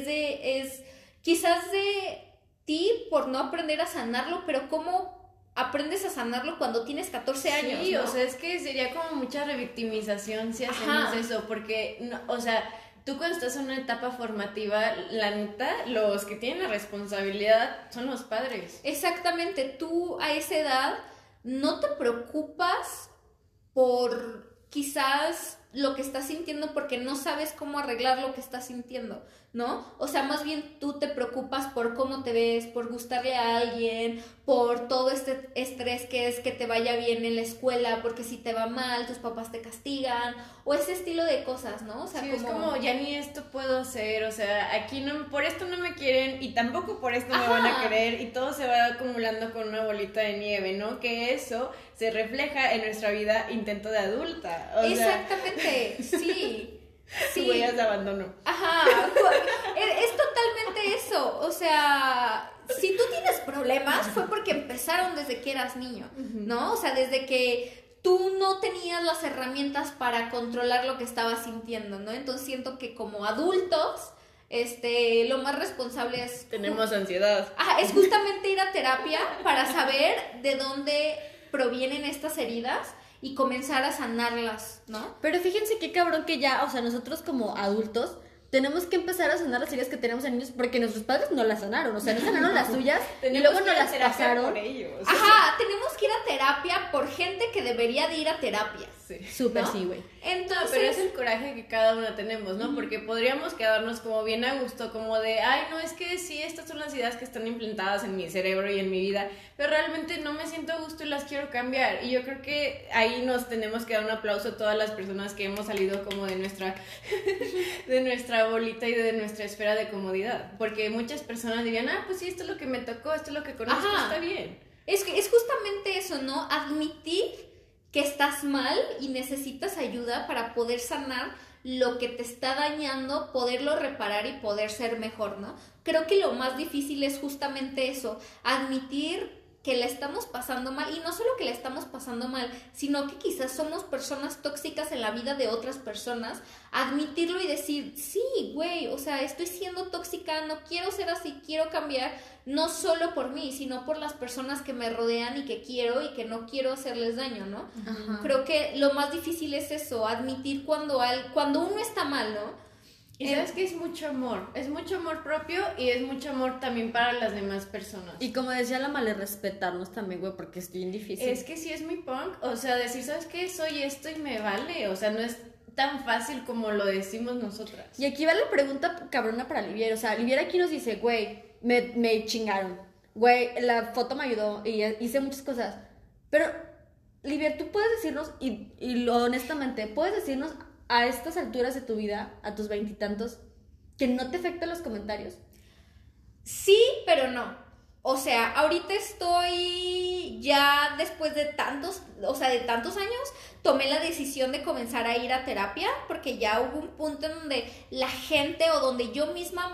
es quizás de ti por no aprender a sanarlo, pero ¿cómo aprendes a sanarlo cuando tienes 14 años? Sí, ¿no? o sea, es que sería como mucha revictimización si hacemos Ajá. eso, porque, no, o sea, tú cuando estás en una etapa formativa, la neta, los que tienen la responsabilidad son los padres. Exactamente, tú a esa edad no te preocupas por quizás lo que estás sintiendo porque no sabes cómo arreglar lo que estás sintiendo, ¿no? O sea, más bien tú te preocupas por cómo te ves, por gustarle a alguien, por todo este estrés que es que te vaya bien en la escuela, porque si te va mal, tus papás te castigan, o ese estilo de cosas, ¿no? O sea, Sí, es como, ya ni esto puedo hacer, o sea, aquí no, por esto no me quieren y tampoco por esto me Ajá. van a querer, y todo se va acumulando con una bolita de nieve, ¿no? Que eso se refleja en nuestra vida intento de adulta, o sea, Exactamente, sí. sí. Huellas de abandono. Ajá, es totalmente eso, o sea, si tú tienes problemas fue porque empezaron desde que eras niño, ¿no? O sea, desde que tú no tenías las herramientas para controlar lo que estabas sintiendo, ¿no? Entonces siento que como adultos, lo más responsable es... Tenemos ansiedad. Ajá, es justamente ir a terapia para saber de dónde provienen estas heridas y comenzar a sanarlas, ¿no? Pero fíjense qué cabrón que ya, o sea, nosotros como adultos tenemos que empezar a sanar las heridas que tenemos en niños porque nuestros padres no las sanaron, o sea, no sanaron las suyas y luego Tenemos no que ir a las terapia pasaron. por ellos. Ajá, tenemos que ir a terapia por gente que debería de ir a terapia. Sí. Súper ¿no? sí, güey. Entonces, Pero es el coraje que cada una tenemos, ¿no? Porque podríamos quedarnos como bien a gusto, como de, ay, no, es que sí, estas son las ideas que están implantadas en mi cerebro y en mi vida, pero realmente no me siento a gusto y las quiero cambiar. Y yo creo que ahí nos tenemos que dar un aplauso a todas las personas que hemos salido como de nuestra bolita y de nuestra esfera de comodidad. Porque muchas personas dirían, ah, pues sí, esto es lo que me tocó, esto es lo que conozco, Ajá. está bien. es que es justamente eso, ¿no? Admitir que estás mal y necesitas ayuda para poder sanar lo que te está dañando, poderlo reparar y poder ser mejor, ¿no? Creo que lo más difícil es justamente eso, admitir que la estamos pasando mal, y no solo que la estamos pasando mal, sino que quizás somos personas tóxicas en la vida de otras personas, admitirlo y decir, sí, güey, o sea, estoy siendo tóxica, no quiero ser así, quiero cambiar, no solo por mí, sino por las personas que me rodean y que quiero y que no quiero hacerles daño, ¿no? Ajá. Creo que lo más difícil es eso, admitir cuando uno está mal, ¿no? Y sabes que es mucho amor propio y es mucho amor también para las demás personas. Y como decía la Male, respetarnos también, güey, porque es bien difícil. Es que sí es muy punk, o sea, decir, ¿sabes qué? Soy esto y me vale, o sea, no es tan fácil como lo decimos nosotras. Y aquí va la pregunta cabrona para Livier. O sea, Livier aquí nos dice, güey, me chingaron. Güey, la foto me ayudó y hice muchas cosas. Pero, Livier, tú puedes decirnos, honestamente, puedes decirnos a estas alturas de tu vida, a tus 20 y tantos, que no te afectan los comentarios. Sí, pero no. O sea, ahorita estoy ya después de tantos años, tomé la decisión de comenzar a ir a terapia porque ya hubo un punto en donde la gente o donde yo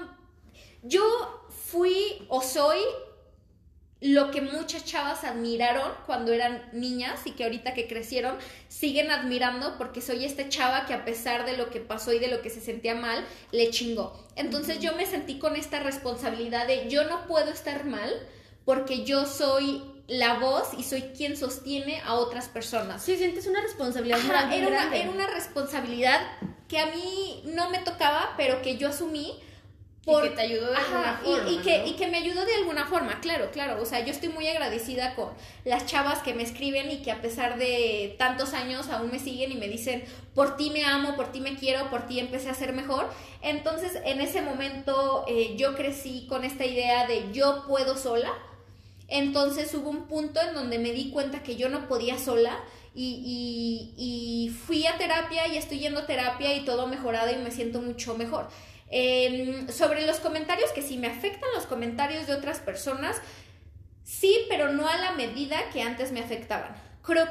fui o soy lo que muchas chavas admiraron cuando eran niñas y que ahorita que crecieron siguen admirando porque soy esta chava que a pesar de lo que pasó y de lo que se sentía mal, le chingó. Entonces yo me sentí con esta responsabilidad de yo no puedo estar mal porque yo soy la voz y soy quien sostiene a otras personas. Sí, sientes una responsabilidad Ajá, muy grande. era una responsabilidad que a mí no me tocaba, pero que yo asumí. Y que te ayudó de alguna forma, y ¿no? que me ayudó de alguna forma, claro. O sea, yo estoy muy agradecida con las chavas que me escriben y que a pesar de tantos años aún me siguen y me dicen, por ti me amo, por ti me quiero, por ti empecé a ser mejor. Entonces, en ese momento yo crecí con esta idea de yo puedo sola. Entonces hubo un punto en donde me di cuenta que yo no podía sola y fui a terapia y estoy yendo a terapia y todo mejorado y me siento mucho mejor. Sobre los comentarios, que si me afectan los comentarios de otras personas, sí, pero no a la medida que antes me afectaban. Creo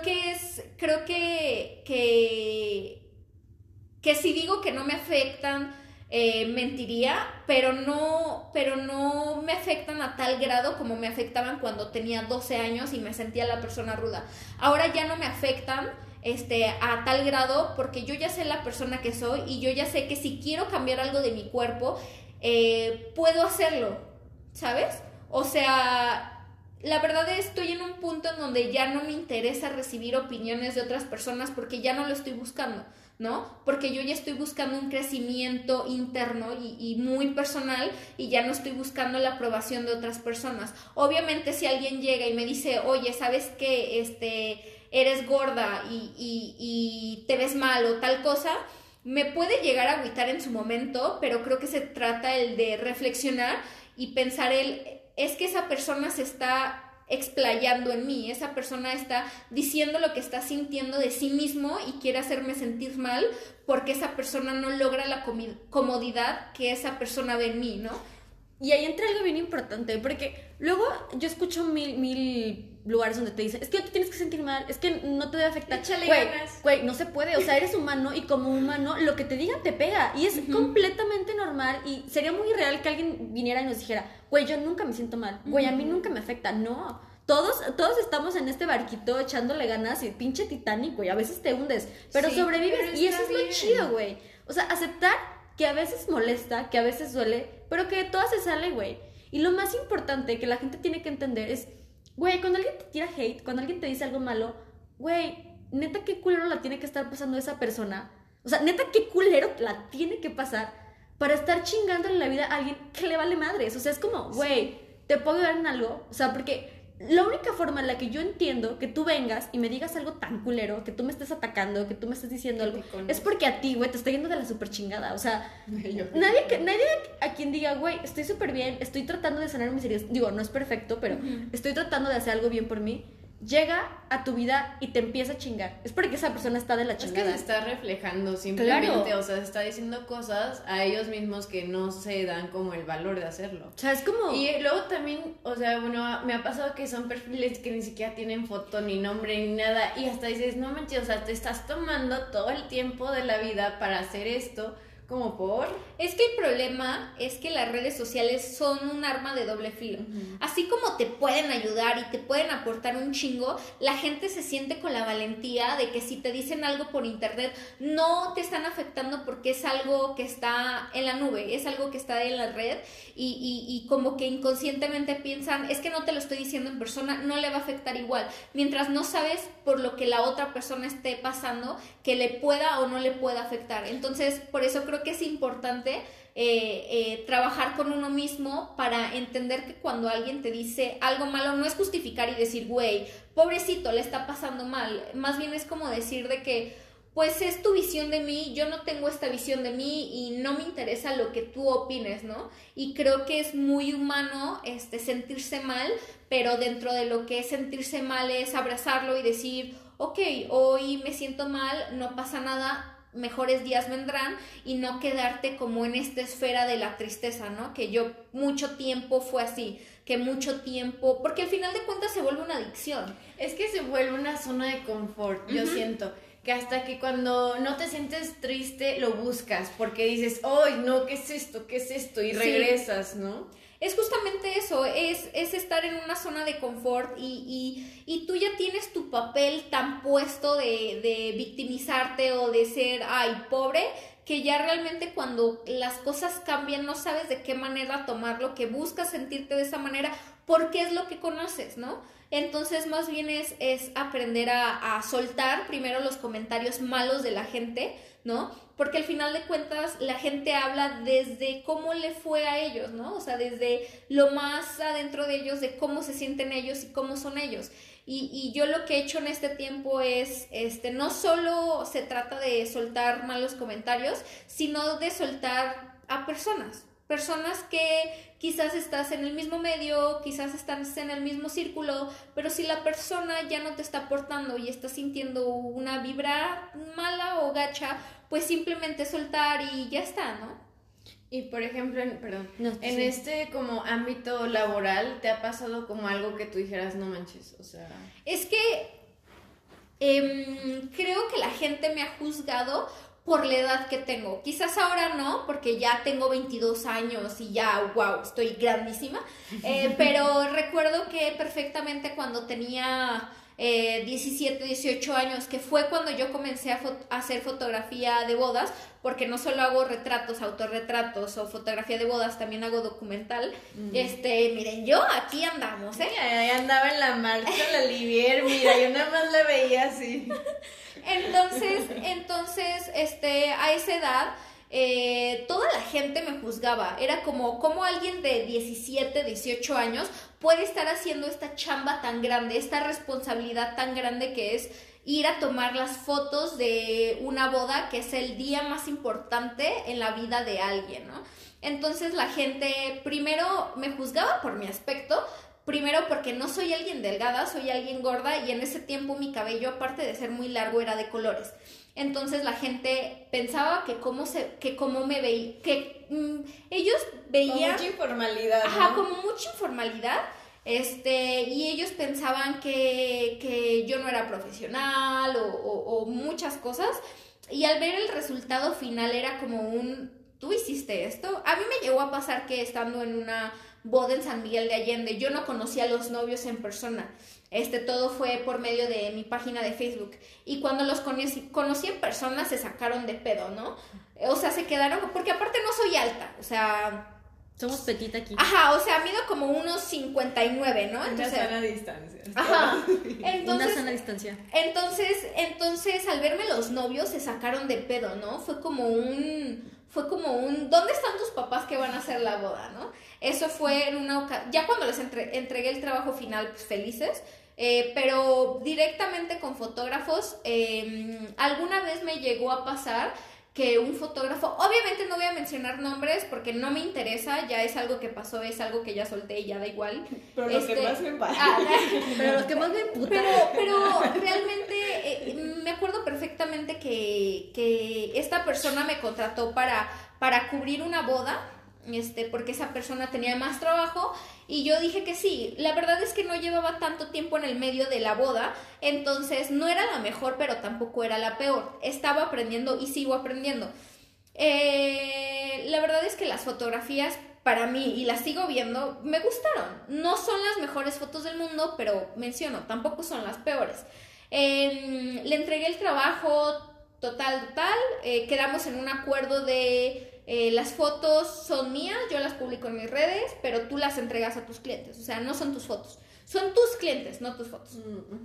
que si digo que no me afectan, mentiría, pero no me afectan a tal grado como me afectaban cuando tenía 12 años y me sentía la persona ruda. Ahora ya no me afectan a tal grado porque yo ya sé la persona que soy y yo ya sé que si quiero cambiar algo de mi cuerpo, puedo hacerlo, ¿sabes? O sea, la verdad estoy en un punto en donde ya no me interesa recibir opiniones de otras personas porque ya no lo estoy buscando, ¿no? Porque yo ya estoy buscando un crecimiento interno y muy personal y ya no estoy buscando la aprobación de otras personas. Obviamente si alguien llega y me dice, oye, ¿sabes qué? Eres gorda y te ves mal o tal cosa, me puede llegar a agüitar en su momento, pero creo que se trata el de reflexionar y pensar es que esa persona se está explayando en mí, esa persona está diciendo lo que está sintiendo de sí mismo y quiere hacerme sentir mal porque esa persona no logra la comodidad que esa persona ve en mí, ¿no? Y ahí entra algo bien importante, porque luego yo escucho mil lugares donde te dicen, es que te tienes que sentir mal, es que no te debe afectar. Échale ganas. Güey, no se puede, o sea, eres humano y como humano lo que te digan te pega y es completamente normal y sería muy irreal que alguien viniera y nos dijera, güey, yo nunca me siento mal, güey, a mí nunca me afecta. No, todos estamos en este barquito echándole ganas y pinche Titanic, güey, a veces te hundes, pero Sí, sobrevives pero y eso está es lo bien. chido, güey. O sea, aceptar que a veces molesta, que a veces duele, pero que de todas se sale, güey. Y lo más importante que la gente tiene que entender es, güey, cuando alguien te tira hate, cuando alguien te dice algo malo, güey, neta qué culero la tiene que estar pasando esa persona. O sea, neta qué culero la tiene que pasar para estar chingándole la vida a alguien que le vale madres. O sea, es como, güey, ¿te puedo ayudar en algo? O sea, porque la única forma en la que yo entiendo que tú vengas y me digas algo tan culero, que tú me estés atacando, que tú me estés diciendo algo, es porque a ti, güey, te está yendo de la super chingada. O sea, nadie a quien diga, güey, estoy súper bien, estoy tratando de sanar mis heridas. Digo, no es perfecto, pero estoy tratando de hacer algo bien por mí. Llega a tu vida y te empieza a chingar. Es porque esa persona está de la chingada. Es que se está reflejando simplemente, claro. O sea, se está diciendo cosas a ellos mismos que no se dan como el valor de hacerlo. O sea, es como... Y luego también, o sea, bueno, me ha pasado que son perfiles que ni siquiera tienen foto, ni nombre, ni nada, y hasta dices, no manches, o sea, te estás tomando todo el tiempo de la vida para hacer esto, como por... Es que el problema es que las redes sociales son un arma de doble filo. Así como te pueden ayudar y te pueden aportar un chingo, la gente se siente con la valentía de que si te dicen algo por internet, no te están afectando porque es algo que está en la nube, es algo que está en la red y como que inconscientemente piensan, es que no te lo estoy diciendo en persona, no le va a afectar igual. Mientras no sabes por lo que la otra persona esté pasando, que le pueda o no le pueda afectar. Entonces, por eso creo que es importante trabajar con uno mismo para entender que cuando alguien te dice algo malo no es justificar y decir, güey, pobrecito, le está pasando mal. Más bien es como decir de que, pues es tu visión de mí, yo no tengo esta visión de mí y no me interesa lo que tú opines, ¿no? Y creo que es muy humano sentirse mal, pero dentro de lo que es sentirse mal es abrazarlo y decir, ok, hoy me siento mal, no pasa nada, mejores días vendrán, y no quedarte como en esta esfera de la tristeza, ¿no? Que yo mucho tiempo fue así, que mucho tiempo, porque al final de cuentas se vuelve una adicción. Es que se vuelve una zona de confort, yo siento que hasta que cuando no te sientes triste lo buscas, porque dices, ¡ay, no! ¿Qué es esto? ¿Qué es esto? Y regresas, ¿no? Es justamente eso, es estar en una zona de confort y tú ya tienes tu papel tan puesto de victimizarte o de ser, ay, pobre, que ya realmente cuando las cosas cambian no sabes de qué manera tomarlo, que buscas sentirte de esa manera porque es lo que conoces, ¿no? Entonces más bien es aprender a soltar primero los comentarios malos de la gente, ¿no? Porque al final de cuentas la gente habla desde cómo le fue a ellos, ¿no? O sea, desde lo más adentro de ellos, de cómo se sienten ellos y cómo son ellos. Y yo lo que he hecho en este tiempo es, no solo se trata de soltar malos comentarios, sino de soltar a personas que quizás estás en el mismo medio, quizás estás en el mismo círculo, pero si la persona ya no te está aportando y estás sintiendo una vibra mala o gacha, pues simplemente soltar y ya está, ¿no? Y por ejemplo, en este como ámbito laboral, ¿te ha pasado como algo que tú dijeras, no manches? O sea... Es que creo que la gente me ha juzgado por la edad que tengo. Quizás ahora no, porque ya tengo 22 años y ya, wow, estoy grandísima. Pero recuerdo que perfectamente cuando tenía 17, 18 años, que fue cuando yo comencé a hacer fotografía de bodas, porque no solo hago retratos, autorretratos o fotografía de bodas, también hago documental. Miren, yo aquí andamos, Ahí andaba en la marcha la Olivier, mira, yo nada más la veía así. Entonces, a esa edad, toda la gente me juzgaba. Era como alguien de 17, 18 años puede estar haciendo esta chamba tan grande, esta responsabilidad tan grande que es ir a tomar las fotos de una boda, que es el día más importante en la vida de alguien, ¿no? Entonces la gente primero me juzgaba por mi aspecto, primero porque no soy alguien delgada, soy alguien gorda, y en ese tiempo mi cabello, aparte de ser muy largo, era de colores. Entonces la gente pensaba que cómo me veía, que ellos veían... Con mucha informalidad, ¿no? Ajá, como mucha informalidad, y ellos pensaban que yo no era profesional o muchas cosas, y al ver el resultado final era como ¿tú hiciste esto? A mí me llegó a pasar que estando en una boda en San Miguel de Allende, yo no conocía a los novios en persona, todo fue por medio de mi página de Facebook, y cuando los conocí en persona se sacaron de pedo, ¿no? O sea, se quedaron, porque aparte no soy alta, o sea... Somos petita aquí. Ajá, o sea, mido como unos 59, ¿no? Entonces, una sana distancia. Ajá. Una sana distancia. Entonces, al verme los novios se sacaron de pedo, ¿no? Fue como fue como ¿dónde están tus papás que van a hacer la boda, no? Eso fue en una ocasión, ya cuando les entregué el trabajo final, pues felices, pero directamente con fotógrafos, alguna vez me llegó a pasar que un fotógrafo, obviamente no voy a mencionar nombres porque no me interesa, ya es algo que pasó, es algo que ya solté y ya da igual. Pero lo que más me pasa. Pero los que más me emputan. Pero realmente me acuerdo perfectamente que esta persona me contrató para cubrir una boda, porque esa persona tenía más trabajo y yo dije que sí. La verdad es que no llevaba tanto tiempo en el medio de la boda, entonces no era la mejor, pero tampoco era la peor. Estaba aprendiendo y sigo aprendiendo. La verdad es que las fotografías para mí, y las sigo viendo, me gustaron. No son las mejores fotos del mundo, pero menciono, tampoco son las peores. Le entregué el trabajo total, quedamos en un acuerdo de las fotos son mías, yo las publico en mis redes, pero tú las entregas a tus clientes, o sea, no son tus fotos, son tus clientes, no tus fotos.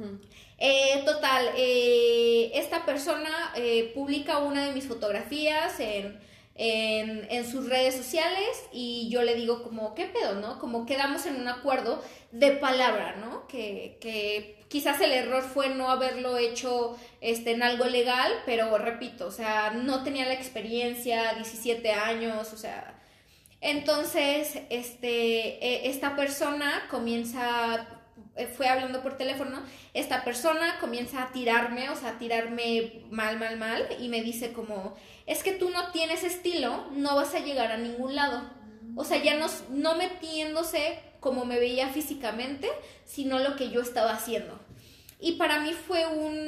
Esta persona publica una de mis fotografías en sus redes sociales y yo le digo como, ¿qué pedo, no? Como quedamos en un acuerdo de palabra, ¿no? Que quizás el error fue no haberlo hecho en algo legal, pero repito, o sea, no tenía la experiencia, 17 años, o sea... Entonces, esta persona fue hablando por teléfono, esta persona comienza a tirarme mal, y me dice como, es que tú no tienes estilo, no vas a llegar a ningún lado. O sea, ya no metiéndose como me veía físicamente, sino lo que yo estaba haciendo. Y para mí fue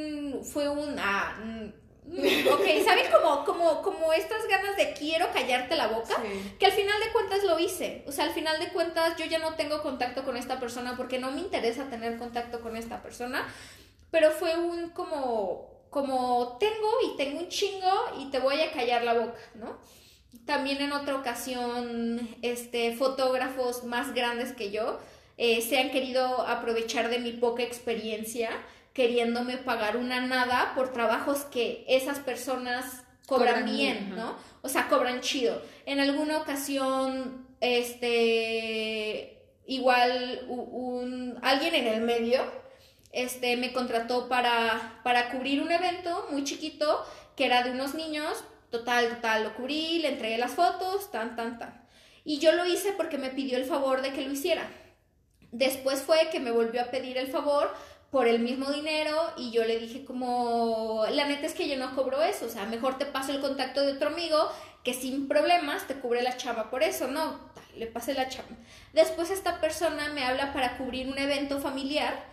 ok, ¿saben? Como estas ganas de quiero callarte la boca, sí. Que al final de cuentas lo hice. O sea, al final de cuentas yo ya no tengo contacto con esta persona porque no me interesa tener contacto con esta persona, pero fue como tengo un chingo y te voy a callar la boca, ¿no? También en otra ocasión, fotógrafos más grandes que yo se han querido aprovechar de mi poca experiencia, queriéndome pagar una nada por trabajos que esas personas cobran bien, ¿no? O sea, cobran chido. En alguna ocasión, igual alguien en el medio, me contrató para cubrir un evento muy chiquito que era de unos niños. Total, lo cubrí, le entregué las fotos, tan. Y yo lo hice porque me pidió el favor de que lo hiciera. Después fue que me volvió a pedir el favor por el mismo dinero y yo le dije como, la neta es que yo no cobro eso, o sea, mejor te paso el contacto de otro amigo que sin problemas te cubre la chamba por eso, no, le pasé la chamba. Después esta persona me habla para cubrir un evento familiar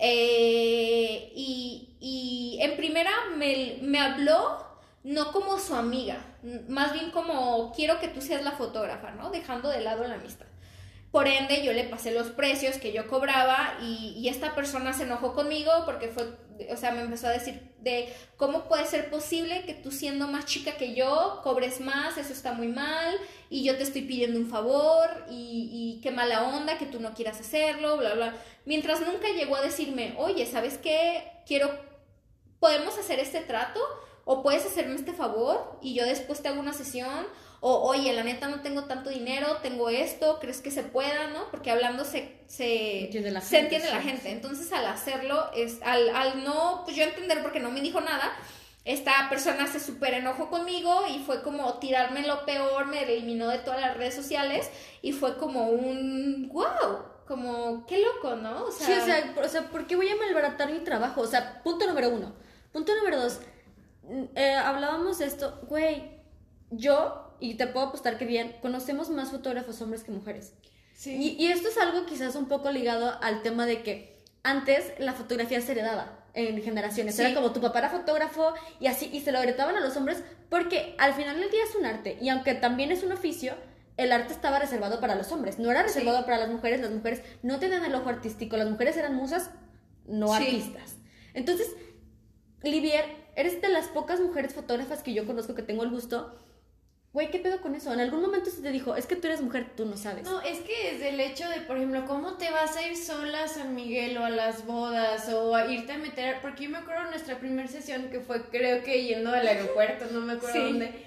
y en primera me habló no como su amiga, más bien como quiero que tú seas la fotógrafa, ¿no? Dejando de lado la amistad. Por ende, yo le pasé los precios que yo cobraba y esta persona se enojó conmigo porque me empezó a decir de cómo puede ser posible que tú siendo más chica que yo cobres más, eso está muy mal y yo te estoy pidiendo un favor y qué mala onda que tú no quieras hacerlo, bla, bla. Mientras nunca llegó a decirme, oye, ¿sabes qué? ¿Podemos hacer este trato? ¿O puedes hacerme este favor? Y yo después te hago una sesión. O, oye, la neta no tengo tanto dinero, tengo esto, ¿crees que se pueda, no? Porque hablando se entiende la gente. Entonces, al hacerlo, al no, pues yo entender porque no me dijo nada, esta persona se súper enojó conmigo y fue como tirarme lo peor, me eliminó de todas las redes sociales y fue como wow, como qué loco, ¿no? O sea, sí, o sea, ¿por qué voy a malbaratar mi trabajo? O sea, punto número 1. Punto número 2, hablábamos de esto, güey, yo, y te puedo apostar que bien, conocemos más fotógrafos hombres que mujeres. Sí. Y esto es algo quizás un poco ligado al tema de que antes la fotografía se heredaba en generaciones. Sí. Era como tu papá era fotógrafo y así, y se lo heredaban a los hombres porque al final del día es un arte. Y aunque también es un oficio, el arte estaba reservado para los hombres. No era reservado para las mujeres no tenían el ojo artístico. Las mujeres eran musas, no artistas. Entonces, Livier, eres de las pocas mujeres fotógrafas que yo conozco que tengo el gusto. Güey, ¿qué pedo con eso? En algún momento se te dijo, es que tú eres mujer, tú no sabes. No, es que desde el hecho de, por ejemplo, ¿cómo te vas a ir sola a San Miguel o a las bodas o a irte a meter? Porque yo me acuerdo de nuestra primera sesión que fue, creo que yendo al aeropuerto, no me acuerdo dónde.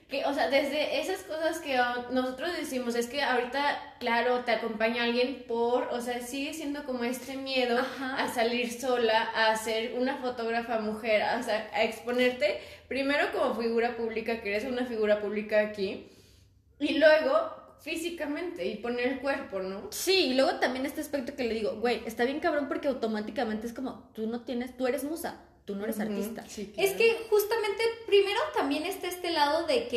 que, o sea, desde esas cosas que nosotros decimos, es que ahorita, claro, te acompaña alguien o sea, sigue siendo como este miedo a salir sola, a ser una fotógrafa mujer, o sea, a exponerte, primero como figura pública, que eres una figura pública aquí, y luego físicamente y poner el cuerpo, ¿no? Sí, y luego también este aspecto que le digo, güey, está bien cabrón porque automáticamente es como, tú eres musa, tú no eres artista. Sí, claro. Es que justamente primero también está este lado de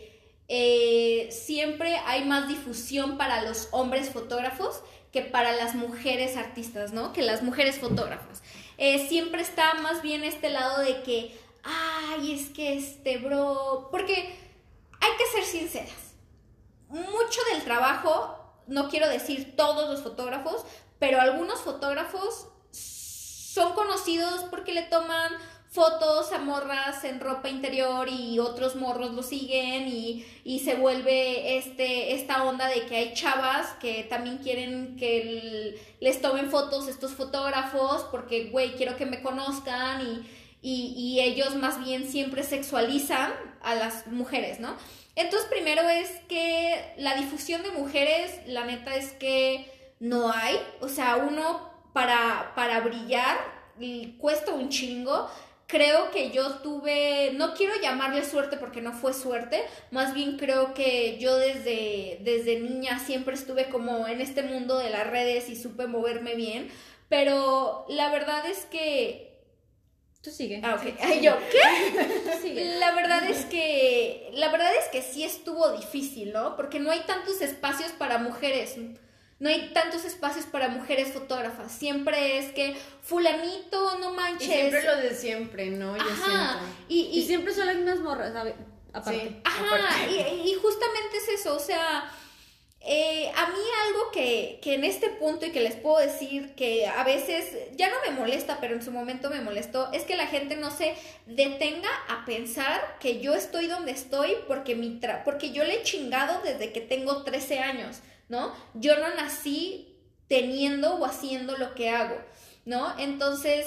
que siempre hay más difusión para los hombres fotógrafos que para las mujeres artistas, ¿no? Que las mujeres fotógrafas. Siempre está más bien este lado de que, ay, es que bro, porque hay que ser sinceras. Mucho del trabajo, no quiero decir todos los fotógrafos, pero algunos fotógrafos son conocidos porque le toman fotos a morras en ropa interior y otros morros lo siguen y se vuelve esta onda de que hay chavas que también quieren que les tomen fotos estos fotógrafos porque, güey, quiero que me conozcan y ellos más bien siempre sexualizan a las mujeres, ¿no? Entonces, primero es que la difusión de mujeres, la neta es que no hay. O sea, uno para brillar cuesta un chingo. Creo que yo tuve, no quiero llamarle suerte porque no fue suerte, más bien creo que yo desde niña siempre estuve como en este mundo de las redes y supe moverme bien. Pero la verdad es que... Tú sigue. Ah, ok. Ay, yo, ¿qué? Sigue. La verdad es que sí estuvo difícil, ¿no? Porque no hay tantos espacios para mujeres. No hay tantos espacios para mujeres fotógrafas. Siempre es que fulanito, no manches. Y siempre lo de siempre, ¿no? Yo siento. Y siempre son las mismas morras, ¿sabes? Aparte. Sí, Ajá, aparte. y justamente es eso, o sea... a mí algo que en este punto y que les puedo decir que a veces ya no me molesta, pero en su momento me molestó, es que la gente no se detenga a pensar que yo estoy donde estoy porque yo le he chingado desde que tengo 13 años, ¿no? Yo no nací teniendo o haciendo lo que hago, ¿no? Entonces,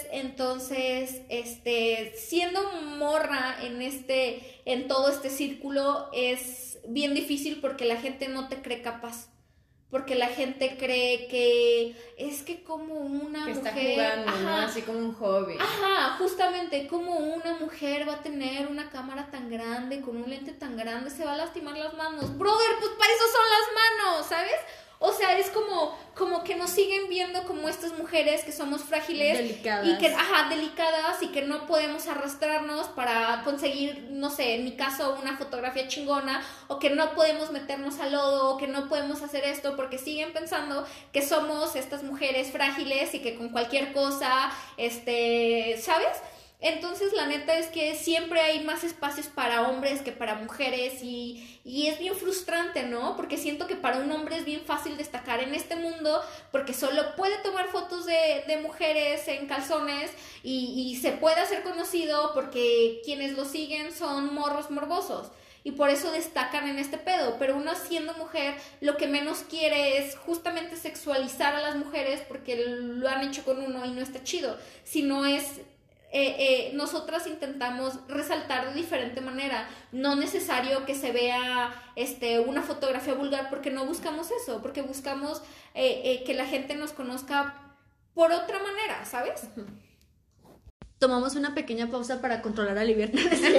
siendo morra en todo este círculo es bien difícil porque la gente no te cree capaz. Porque la gente cree que es que como una que mujer... está jugando, ¿no? Ajá, Así como un hobby. ajá, justamente, como una mujer va a tener una cámara tan grande, con un lente tan grande, se va a lastimar las manos. Brother, pues para eso son las manos, ¿sabes? O sea, es como que nos siguen viendo como estas mujeres que somos frágiles. Delicadas. Y que, delicadas y que no podemos arrastrarnos para conseguir, no sé, en mi caso, una fotografía chingona, o que no podemos meternos al lodo, o que no podemos hacer esto, porque siguen pensando que somos estas mujeres frágiles y que con cualquier cosa, ¿sabes? Entonces, la neta es que siempre hay más espacios para hombres que para mujeres y es bien frustrante, ¿no? Porque siento que para un hombre es bien fácil destacar en este mundo porque solo puede tomar fotos de mujeres en calzones y se puede hacer conocido porque quienes lo siguen son morros morbosos. Y por eso destacan en este pedo. Pero uno siendo mujer, lo que menos quiere es justamente sexualizar a las mujeres porque lo han hecho con uno y no está chido. Sino es... nosotras intentamos resaltar de diferente manera, no necesario que se vea una fotografía vulgar porque no buscamos eso, porque buscamos que la gente nos conozca por otra manera, ¿sabes? Tomamos una pequeña pausa para controlar a Libertad.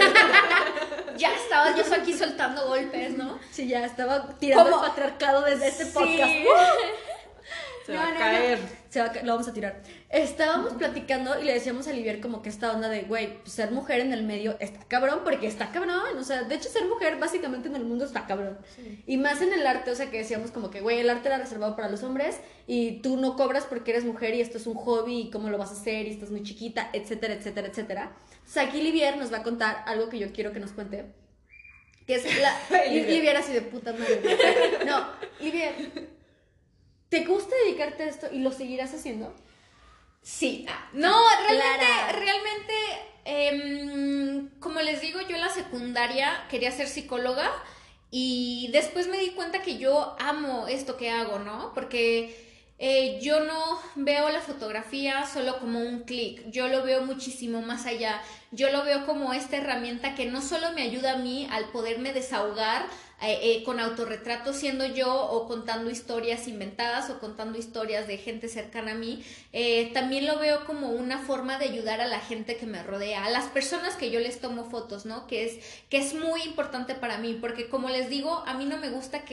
Ya estaba yo aquí soltando golpes, ¿no? Sí, ya estaba tirando ¿Cómo? el patriarcado desde este Sí. podcast. Se va a caer. Lo vamos a tirar. Estábamos platicando y le decíamos a Olivier como que esta onda de, güey, pues ser mujer en el medio está cabrón, porque está cabrón. O sea, de hecho ser mujer básicamente en el mundo está cabrón. Sí. Y más en el arte, o sea, que decíamos como que, güey, el arte era reservado para los hombres y tú no cobras porque eres mujer y esto es un hobby y cómo lo vas a hacer y estás muy chiquita, etcétera, etcétera, etcétera. O sea, aquí Olivier nos va a contar algo que yo quiero que nos cuente. Que es la... Olivier así de puta madre. No, Olivier... ¿Te gusta dedicarte a esto y lo seguirás haciendo? Sí. No, realmente, como les digo, yo en la secundaria quería ser psicóloga y después me di cuenta que yo amo esto que hago, ¿no? Porque Yo no veo la fotografía solo como un clic, yo lo veo muchísimo más allá, yo lo veo como esta herramienta que no solo me ayuda a mí al poderme desahogar con autorretrato siendo yo o contando historias inventadas o contando historias de gente cercana a mí, también lo veo como una forma de ayudar a la gente que me rodea, a las personas que yo les tomo fotos, ¿no? Que es muy importante para mí, porque como les digo, a mí no me gusta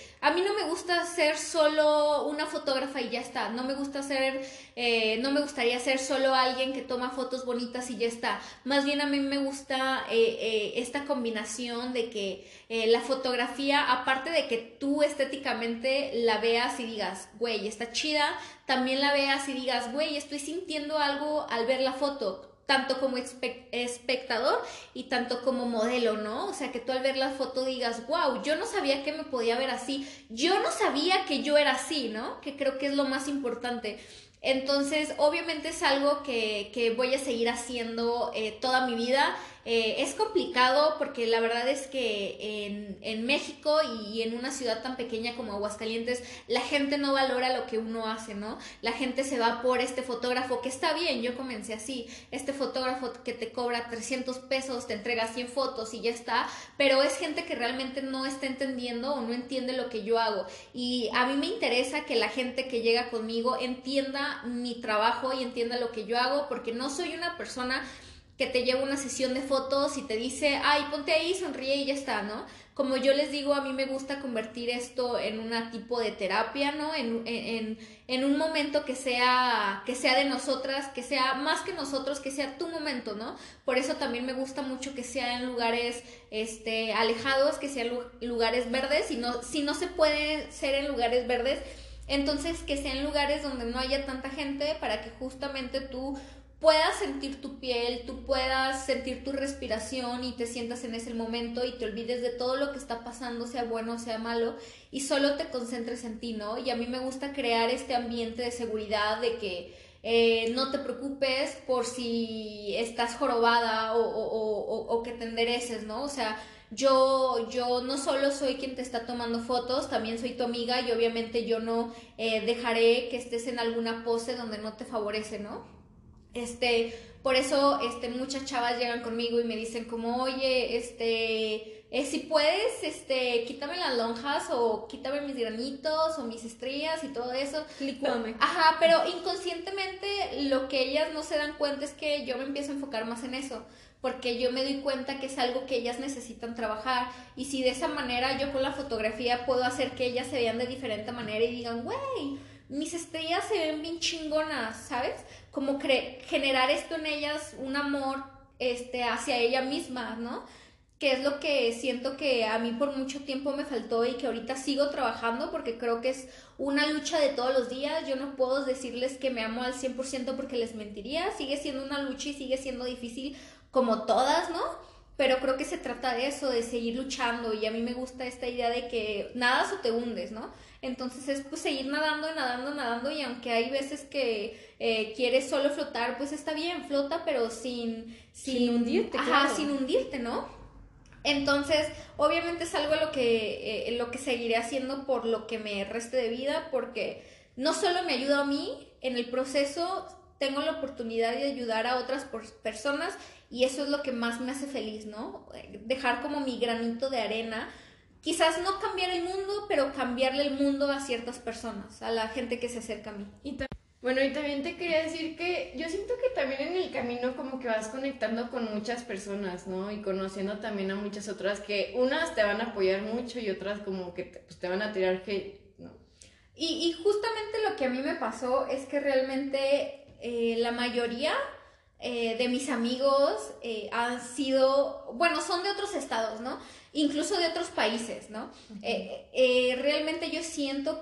ser solo una fotógrafa y ya está, no me gustaría ser solo alguien que toma fotos bonitas y ya está, más bien a mí me gusta esta combinación de que la fotografía, aparte de que tú estéticamente la veas y digas, güey, está chida, también la veas y digas, güey, estoy sintiendo algo al ver la foto, tanto como espectador y tanto como modelo, ¿no? O sea, que tú al ver la foto digas, wow, yo no sabía que me podía ver así, yo no sabía que yo era así, ¿no? Que creo que es lo más importante. Entonces, obviamente es algo que voy a seguir haciendo toda mi vida. Es complicado porque la verdad es que en México y en una ciudad tan pequeña como Aguascalientes, la gente no valora lo que uno hace, ¿no? La gente se va por este fotógrafo, que está bien, yo comencé así, este fotógrafo que te cobra 300 pesos, te entrega 100 fotos y ya está, pero es gente que realmente no está entendiendo o no entiende lo que yo hago. Y a mí me interesa que la gente que llega conmigo entienda mi trabajo y entienda lo que yo hago, porque no soy una persona que te lleva una sesión de fotos y te dice, ay, ponte ahí, sonríe y ya está, ¿no? Como yo les digo, a mí me gusta convertir esto en un tipo de terapia, ¿no? En un momento que sea de nosotras, que sea más que nosotros, que sea tu momento, ¿no? Por eso también me gusta mucho que sea en lugares alejados, que sean lugares verdes, si no se puede ser en lugares verdes, entonces que sean lugares donde no haya tanta gente para que justamente tú puedas sentir tu piel, tú puedas sentir tu respiración y te sientas en ese momento y te olvides de todo lo que está pasando, sea bueno o sea malo, y solo te concentres en ti, ¿no? Y a mí me gusta crear este ambiente de seguridad, de que no te preocupes por si estás jorobada o que te endereces, ¿no? O sea, yo no solo soy quien te está tomando fotos, también soy tu amiga y obviamente yo no dejaré que estés en alguna pose donde no te favorece, ¿no? Por eso, muchas chavas llegan conmigo y me dicen como, oye, si puedes, quítame las lonjas o quítame mis granitos o mis estrías y todo eso. Lícuame. Ajá, pero inconscientemente lo que ellas no se dan cuenta es que yo me empiezo a enfocar más en eso, porque yo me doy cuenta que es algo que ellas necesitan trabajar, y si de esa manera yo con la fotografía puedo hacer que ellas se vean de diferente manera y digan, güey, mis estrellas se ven bien chingonas, ¿sabes? Como generar esto en ellas, un amor hacia ella misma, ¿no? Que es lo que siento que a mí por mucho tiempo me faltó y que ahorita sigo trabajando, porque creo que es una lucha de todos los días. Yo no puedo decirles que me amo al 100% porque les mentiría, sigue siendo una lucha y sigue siendo difícil como todas, ¿no? Pero creo que se trata de eso, de seguir luchando, y a mí me gusta esta idea de que nadas o te hundes, ¿no? Entonces es pues seguir nadando, nadando, nadando, y aunque hay veces que quieres solo flotar, pues está bien, flota, pero sin hundirte, ajá, claro. sin hundirte, ¿no? Entonces, obviamente es algo lo que seguiré haciendo por lo que me reste de vida, porque no solo me ayuda a mí en el proceso, tengo la oportunidad de ayudar a otras personas, y eso es lo que más me hace feliz, ¿no? Dejar como mi granito de arena, quizás no cambiar el mundo, pero cambiarle el mundo a ciertas personas, a la gente que se acerca a mí. Bueno, y también te quería decir que yo siento que también en el camino como que vas conectando con muchas personas, ¿no? Y conociendo también a muchas otras que unas te van a apoyar mucho y otras como que te van a tirar hate, ¿no? Y justamente lo que a mí me pasó es que realmente la mayoría de mis amigos han sido, bueno, son de otros estados, ¿no? Incluso de otros países, ¿no? Realmente yo siento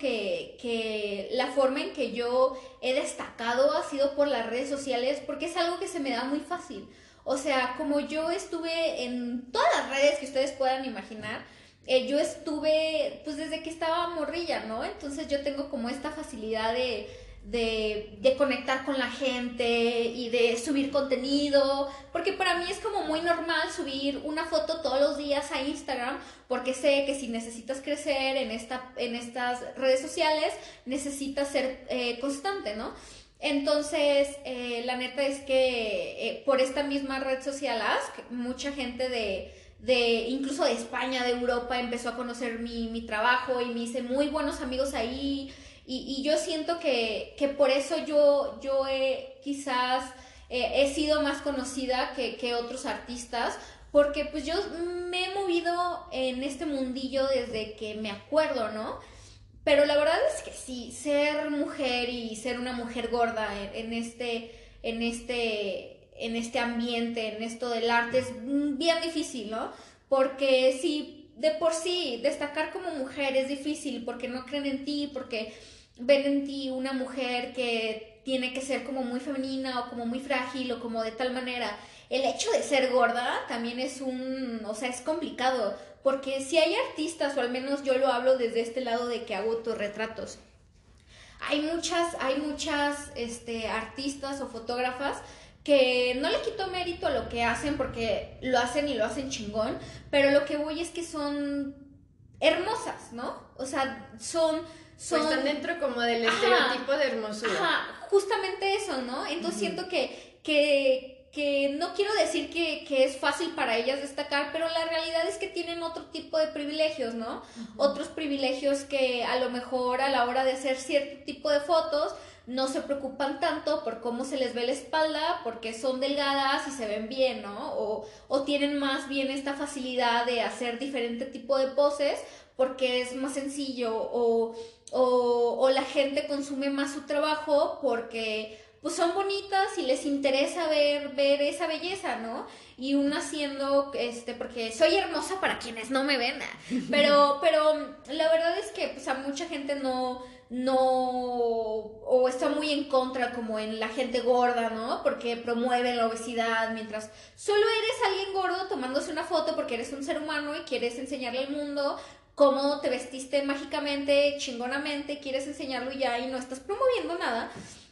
que la forma en que yo he destacado ha sido por las redes sociales, porque es algo que se me da muy fácil. O sea, como yo estuve en todas las redes que ustedes puedan imaginar, yo estuve pues desde que estaba morrilla, ¿no? Entonces yo tengo como esta facilidad de conectar con la gente y de subir contenido, porque para mí es como muy normal subir una foto todos los días a Instagram, porque sé que si necesitas crecer en estas redes sociales, necesitas ser constante, ¿no? Entonces, la neta es que por esta misma red social Ask, mucha gente incluso de España, de Europa, empezó a conocer mi trabajo y me hice muy buenos amigos ahí. Y yo siento que por eso yo quizás he sido más conocida que otros artistas, porque pues yo me he movido en este mundillo desde que me acuerdo, ¿no? Pero la verdad es que sí, ser mujer y ser una mujer gorda en este ambiente, en esto del arte, es bien difícil, ¿no? Porque sí, de por sí, destacar como mujer es difícil, porque no creen en ti, porque ven en ti una mujer que tiene que ser como muy femenina o como muy frágil o como de tal manera. El hecho de ser gorda también es es complicado, porque si hay artistas, o al menos yo lo hablo desde este lado de que hago autorretratos, hay muchas artistas o fotógrafas que no le quito mérito a lo que hacen, porque lo hacen y lo hacen chingón, pero lo que voy es que son hermosas, ¿no? O sea, pues están dentro como del estereotipo de hermosura. Ajá, justamente eso, ¿no? Entonces siento que no quiero decir que es fácil para ellas destacar, pero la realidad es que tienen otro tipo de privilegios, ¿no? Otros privilegios que a lo mejor a la hora de hacer cierto tipo de fotos no se preocupan tanto por cómo se les ve la espalda, porque son delgadas y se ven bien, ¿no? O tienen más bien esta facilidad de hacer diferente tipo de poses porque es más sencillo, o la gente consume más su trabajo porque pues son bonitas y les interesa ver esa belleza, ¿no? Y una haciendo, porque soy hermosa para quienes no me ven, pero la verdad es que pues a mucha gente no, o está muy en contra como en la gente gorda, ¿no? Porque promueven la obesidad, mientras solo eres alguien gordo tomándose una foto porque eres un ser humano y quieres enseñarle al mundo cómo te vestiste mágicamente, chingonamente, quieres enseñarlo ya y no estás promoviendo nada.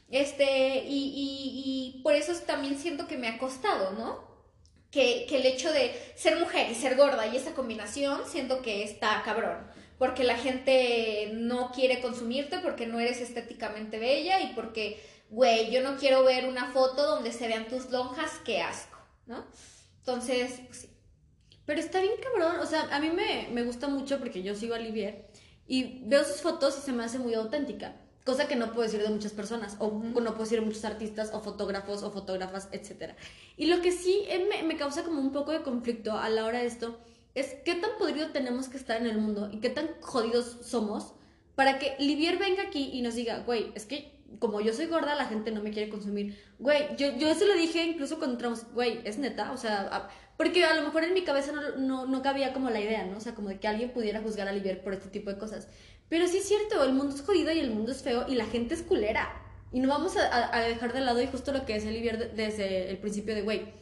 Y por eso también siento que me ha costado, ¿no? Que el hecho de ser mujer y ser gorda y esa combinación, siento que está cabrón. Porque la gente no quiere consumirte, porque no eres estéticamente bella y porque, güey, yo no quiero ver una foto donde se vean tus lonjas, qué asco, ¿no? Entonces, pues sí. Pero está bien cabrón, o sea, a mí me gusta mucho porque yo sigo a Olivier y veo sus fotos y se me hace muy auténtica, cosa que no puedo decir de muchas personas, o no puedo decir de muchos artistas, o fotógrafos, o fotógrafas, etc. Y lo que sí me causa como un poco de conflicto a la hora de esto es qué tan podrido tenemos que estar en el mundo y qué tan jodidos somos para que Olivier venga aquí y nos diga, güey, es que como yo soy gorda, la gente no me quiere consumir. Güey, yo eso lo dije incluso cuando entramos, güey, es neta, o sea, porque a lo mejor en mi cabeza no cabía como la idea, ¿no? O sea, como de que alguien pudiera juzgar a Olivier por este tipo de cosas. Pero sí es cierto, el mundo es jodido y el mundo es feo y la gente es culera. Y no vamos a dejar de lado, y justo lo que decía Olivier desde el principio de, güey,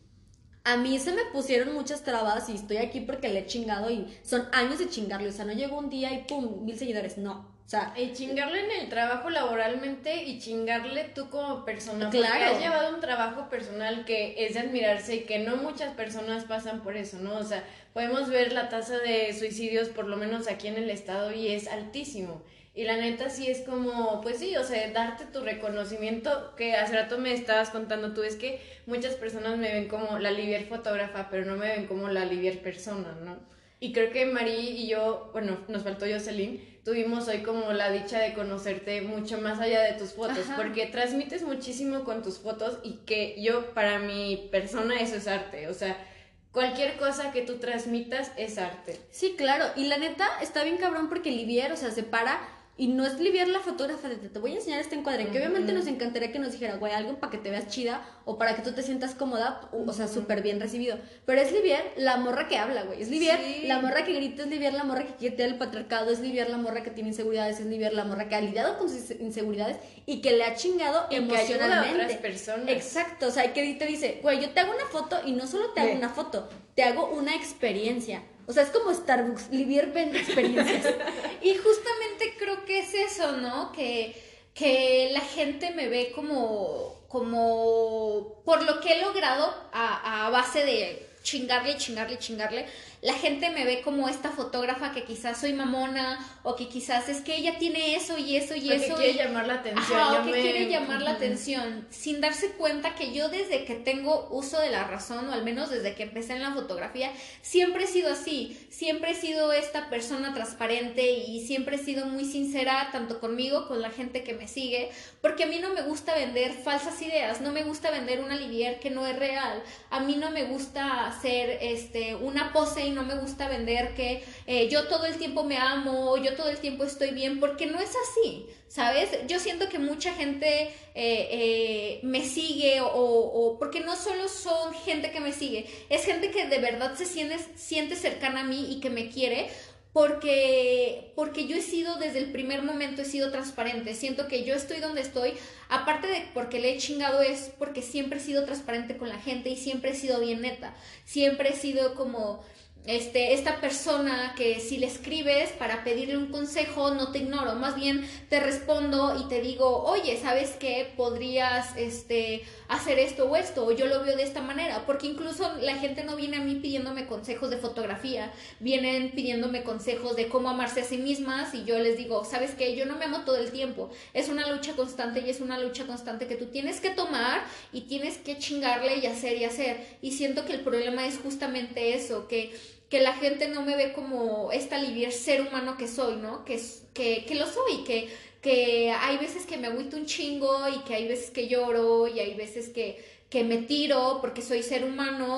a mí se me pusieron muchas trabas y estoy aquí porque le he chingado y son años de chingarle. O sea, no llegó un día y pum, 1000 seguidores, no. O sea, y chingarle en el trabajo laboralmente y chingarle tú como persona. Claro. Porque has llevado un trabajo personal que es de admirarse y que no muchas personas pasan por eso, ¿no? O sea, podemos ver la tasa de suicidios, por lo menos aquí en el estado, y es altísimo. Y la neta sí es como, pues sí, o sea, darte tu reconocimiento, que hace rato me estabas contando tú, es que muchas personas me ven como la Olivier fotógrafa, pero no me ven como la Olivier persona, ¿no? Y creo que Marí y yo, bueno, nos faltó Jocelyn, tuvimos hoy como la dicha de conocerte mucho más allá de tus fotos, ajá, porque transmites muchísimo con tus fotos y que yo, para mi persona, eso es arte, o sea, cualquier cosa que tú transmitas es arte. Sí, claro, y la neta está bien cabrón porque Olivier, o sea, se para y no es Olivier la fotógrafa de te voy a enseñar este encuadre, que obviamente nos encantaría que nos dijera, güey, algo para que te veas chida o para que tú te sientas cómoda, o sea, súper bien recibido. Pero es Olivier la morra que habla, güey. Es Olivier la morra que grita, es Olivier la morra que quiere el patriarcado, es Olivier la morra que tiene inseguridades, es Olivier la morra que ha lidiado con sus inseguridades y que le ha chingado y emocionalmente. Que ayuda a otras personas. Exacto, o sea, que te dice, güey, yo te hago una foto y no solo te hago una foto, te hago una experiencia. O sea, es como Starbucks, Olivier vende experiencias. Y justamente creo que es eso, ¿no? Que que la gente me ve como por lo que he logrado a base de chingarle, la gente me ve como esta fotógrafa que quizás soy mamona, o que quizás es que ella tiene eso y eso y o eso. que quiere llamar la atención. Ajá, o que quiere llamar la atención, sin darse cuenta que yo desde que tengo uso de la razón, o al menos desde que empecé en la fotografía, siempre he sido así, siempre he sido esta persona transparente y siempre he sido muy sincera, tanto conmigo, con la gente que me sigue, porque a mí no me gusta vender falsas ideas, no me gusta vender una livier que no es real, a mí no me gusta hacer una pose y no me gusta vender que yo todo el tiempo me amo, yo todo el tiempo estoy bien, porque no es así, ¿sabes? Yo siento que mucha gente me sigue o porque no solo son gente que me sigue, es gente que de verdad se siente cercana a mí y que me quiere, porque yo he sido, desde el primer momento he sido transparente, siento que yo estoy donde estoy, aparte de porque le he chingado, es porque siempre he sido transparente con la gente y siempre he sido bien neta, siempre he sido como esta persona que si le escribes para pedirle un consejo no te ignoro, más bien te respondo y te digo, oye, ¿sabes qué? Podrías hacer esto o esto, o yo lo veo de esta manera, porque incluso la gente no viene a mí pidiéndome consejos de fotografía, vienen pidiéndome consejos de cómo amarse a sí mismas, y yo les digo, ¿sabes qué? Yo no me amo todo el tiempo, es una lucha constante y es una lucha constante que tú tienes que tomar y tienes que chingarle y hacer, y siento que el problema es justamente eso, que la gente no me ve como esta livier ser humano que soy, ¿no? Que lo soy, que hay veces que me agüito un chingo y que hay veces que lloro y hay veces que me tiro porque soy ser humano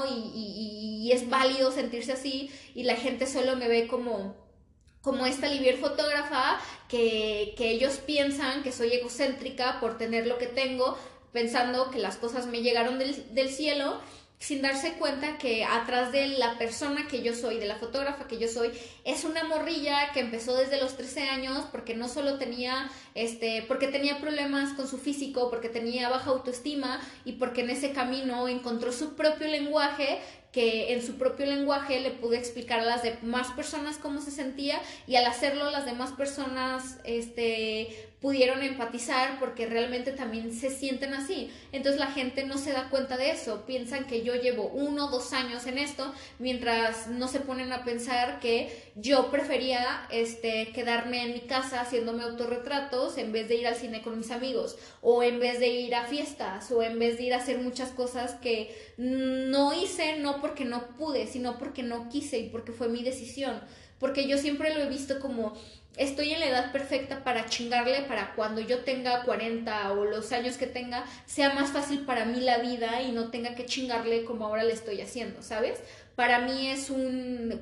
y es válido sentirse así, y la gente solo me ve como esta livier fotógrafa que ellos piensan que soy egocéntrica por tener lo que tengo, pensando que las cosas me llegaron del cielo, sin darse cuenta que atrás de la persona que yo soy, de la fotógrafa que yo soy, es una morrilla que empezó desde los 13 años porque no solo tenía, porque tenía problemas con su físico, porque tenía baja autoestima y porque en ese camino encontró su propio lenguaje, que en su propio lenguaje le pude explicar a las demás personas cómo se sentía, y al hacerlo las demás personas pudieron empatizar porque realmente también se sienten así. Entonces la gente no se da cuenta de eso, piensan que yo llevo 1 o 2 años en esto, mientras no se ponen a pensar que yo prefería quedarme en mi casa haciéndome autorretratos en vez de ir al cine con mis amigos, o en vez de ir a fiestas, o en vez de ir a hacer muchas cosas que no hice, no porque no pude, sino porque no quise y porque fue mi decisión, porque yo siempre lo he visto como estoy en la edad perfecta para chingarle, para cuando yo tenga 40 o los años que tenga, sea más fácil para mí la vida y no tenga que chingarle como ahora le estoy haciendo, ¿sabes? Para mí es un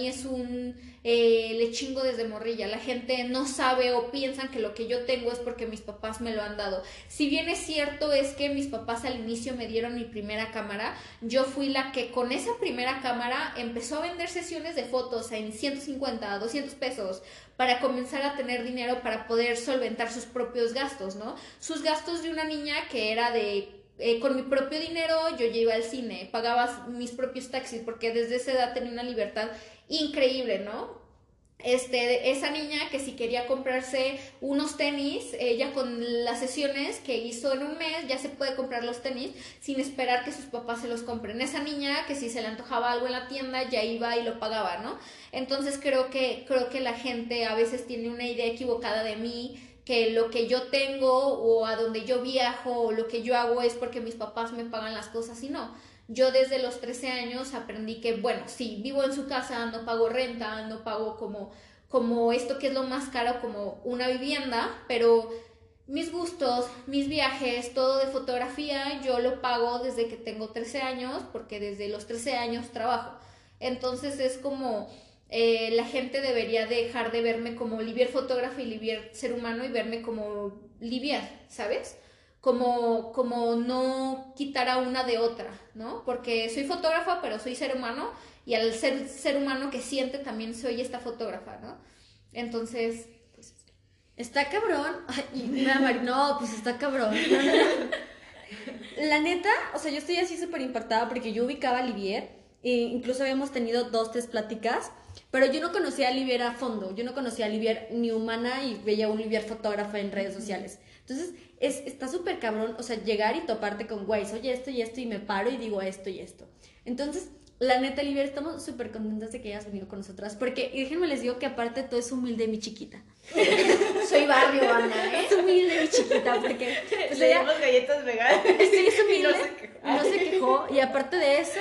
le chingo desde morrilla. La gente no sabe o piensan que lo que yo tengo es porque mis papás me lo han dado. Si bien es cierto, es que mis papás al inicio me dieron mi primera cámara, yo fui la que con esa primera cámara empezó a vender sesiones de fotos en 150, 200 pesos, para comenzar a tener dinero para poder solventar sus propios gastos, ¿no? Sus gastos de una niña que era de con mi propio dinero yo ya iba al cine, pagaba mis propios taxis, porque desde esa edad tenía una libertad increíble, ¿no? Esa niña que si quería comprarse unos tenis, ella con las sesiones que hizo en un mes ya se puede comprar los tenis sin esperar que sus papás se los compren. Esa niña que si se le antojaba algo en la tienda ya iba y lo pagaba, ¿no? Entonces creo que la gente a veces tiene una idea equivocada de mí, que lo que yo tengo o a donde yo viajo o lo que yo hago es porque mis papás me pagan las cosas, y no. Yo desde los 13 años aprendí que, bueno, sí, vivo en su casa, no pago renta, no pago como esto que es lo más caro, como una vivienda, pero mis gustos, mis viajes, todo de fotografía, yo lo pago desde que tengo 13 años, porque desde los 13 años trabajo. Entonces es como la gente debería dejar de verme como livier fotógrafa y livier ser humano y verme como livier, ¿sabes? Como no quitar a una de otra, ¿no? Porque soy fotógrafa, pero soy ser humano, y al ser humano que siente también soy esta fotógrafa, ¿no? Entonces, pues... Está cabrón. Ay, no, pues está cabrón. La neta, o sea, yo estoy así súper impactada porque yo ubicaba a Livier, e incluso habíamos tenido 2, 3 pláticas, pero yo no conocía a Livier a fondo, yo no conocía a Livier ni humana y veía a un Livier fotógrafa en redes sociales. Entonces, está súper cabrón, o sea, llegar y toparte con, güey, soy esto y esto, y me paro y digo esto y esto. Entonces, la neta, Olivia, estamos súper contentas de que hayas venido con nosotras, porque, y déjenme les digo que aparte de todo es humilde mi chiquita. Soy barrio, Ana, Es humilde mi chiquita, porque... Pues, le damos galletas veganas. Sí, es humilde, Y no se quejó. no se quejó, y aparte de eso,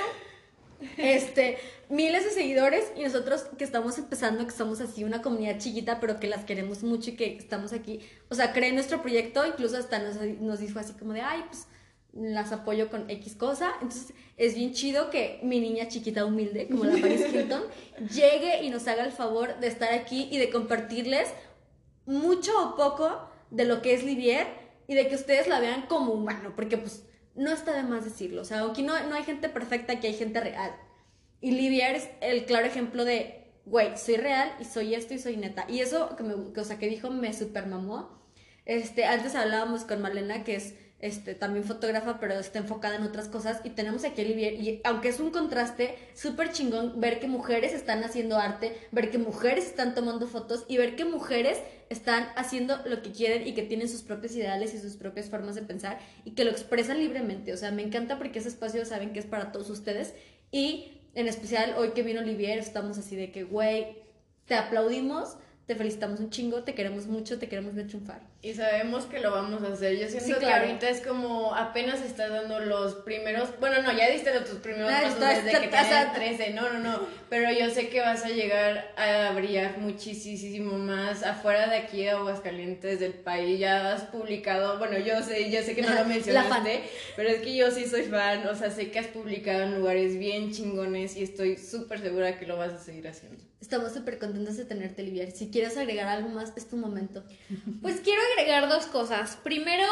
miles de seguidores, y nosotros que estamos empezando, que somos así una comunidad chiquita, pero que las queremos mucho y que estamos aquí, o sea, cree en nuestro proyecto, incluso hasta nos dijo así como de, ay, pues las apoyo con X cosa. Entonces es bien chido que mi niña chiquita humilde, como la Paris Hilton, llegue y nos haga el favor de estar aquí y de compartirles mucho o poco de lo que es Livier y de que ustedes la vean como humano, porque pues no está de más decirlo, o sea, aquí no hay gente perfecta, aquí hay gente real. Y Livier es el claro ejemplo de, güey, soy real y soy esto y soy neta. Y eso que dijo me super mamó. Antes hablábamos con Malena, que es también fotógrafa, pero está enfocada en otras cosas, y tenemos aquí a Livier, y aunque es un contraste súper chingón ver que mujeres están haciendo arte, ver que mujeres están tomando fotos y ver que mujeres están haciendo lo que quieren y que tienen sus propios ideales y sus propias formas de pensar y que lo expresan libremente. O sea, me encanta porque ese espacio saben que es para todos ustedes, y en especial hoy que vino Livier estamos así de que, güey, te aplaudimos, te felicitamos un chingo, te queremos mucho, te queremos ver triunfar. Y sabemos que lo vamos a hacer. Yo siento Sí, que claro. ahorita es como apenas estás dando los primeros... Bueno, no, ya diste tus primeros Ah, pasos está- desde que está- tenías 13. No. Pero yo sé que vas a llegar a brillar muchísimo más afuera de aquí, de Aguascalientes, del país. Ya has publicado... Bueno, yo sé que no lo fan. mencionaste, pero es que yo sí soy fan. O sea, sé que has publicado en lugares bien chingones y estoy súper segura que lo vas a seguir haciendo. Estamos súper contentos de tenerte, Livier. Si quieres agregar algo más, es tu momento. Pues quiero agregar dos cosas. Primero,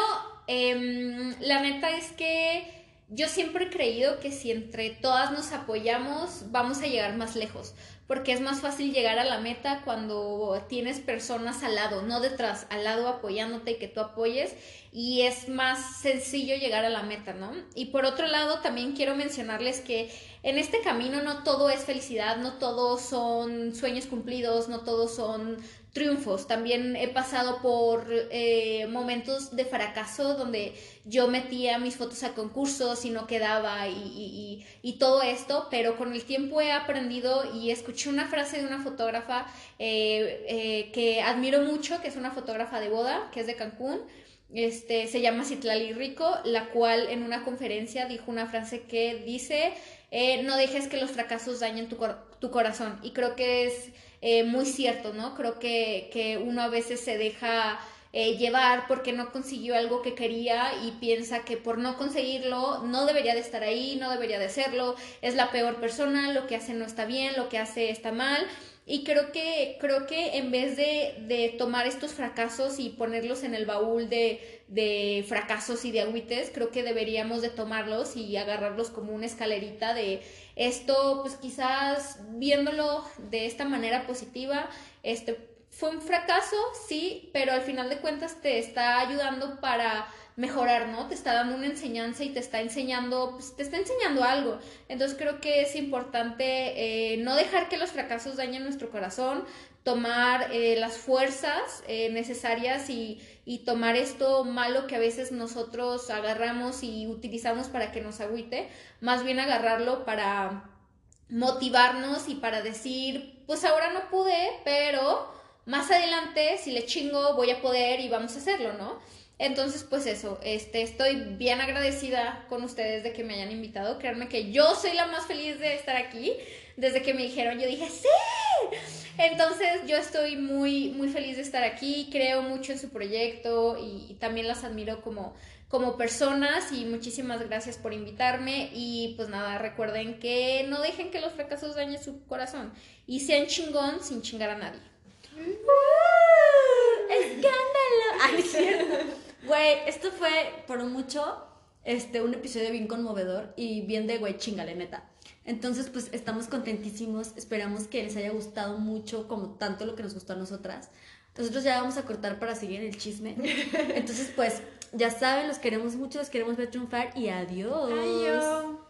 la neta es que yo siempre he creído que si entre todas nos apoyamos, vamos a llegar más lejos. Porque es más fácil llegar a la meta cuando tienes personas al lado, no detrás, al lado apoyándote y que tú apoyes. Y es más sencillo llegar a la meta, ¿no? Y por otro lado, también quiero mencionarles que en este camino no todo es felicidad, no todo son sueños cumplidos, no todos son triunfos. También he pasado por momentos de fracaso donde yo metía mis fotos a concursos y no quedaba y todo esto, pero con el tiempo he aprendido y escuché una frase de una fotógrafa que admiro mucho, que es una fotógrafa de boda, que es de Cancún. Se llama Citlali Rico, la cual en una conferencia dijo una frase que dice, no dejes que los fracasos dañen tu corazón. Y creo que es muy cierto, ¿no? Creo que uno a veces se deja llevar porque no consiguió algo que quería y piensa que por no conseguirlo no debería de estar ahí, no debería de hacerlo, es la peor persona, lo que hace no está bien, lo que hace está mal. Y creo que en vez de tomar estos fracasos y ponerlos en el baúl de fracasos y de agüites, creo que deberíamos de tomarlos y agarrarlos como una escalerita de esto, pues quizás viéndolo de esta manera positiva, fue un fracaso, sí, pero al final de cuentas te está ayudando para mejorar, ¿no? Te está dando una enseñanza y te está enseñando algo. Entonces creo que es importante no dejar que los fracasos dañen nuestro corazón, tomar las fuerzas necesarias y tomar esto malo que a veces nosotros agarramos y utilizamos para que nos agüite, más bien agarrarlo para motivarnos y para decir, pues ahora no pude, pero más adelante si le chingo voy a poder y vamos a hacerlo, ¿no? Entonces, pues eso, estoy bien agradecida con ustedes de que me hayan invitado. Créanme que yo soy la más feliz de estar aquí. Desde que me dijeron, yo dije, ¡sí! Entonces, yo estoy muy, muy feliz de estar aquí. Creo mucho en su proyecto y también las admiro como personas. Y muchísimas gracias por invitarme. Y pues nada, recuerden que no dejen que los fracasos dañen su corazón. Y sean chingón sin chingar a nadie. ¡Escándalo! Ay, es cierto. Güey, esto fue por mucho un episodio bien conmovedor y bien de güey, chingale, neta. Entonces, pues estamos contentísimos. Esperamos que les haya gustado mucho, como tanto lo que nos gustó a nosotras. Nosotros ya vamos a cortar para seguir el chisme. Entonces, pues, ya saben, los queremos mucho, los queremos ver triunfar y adiós. Adiós.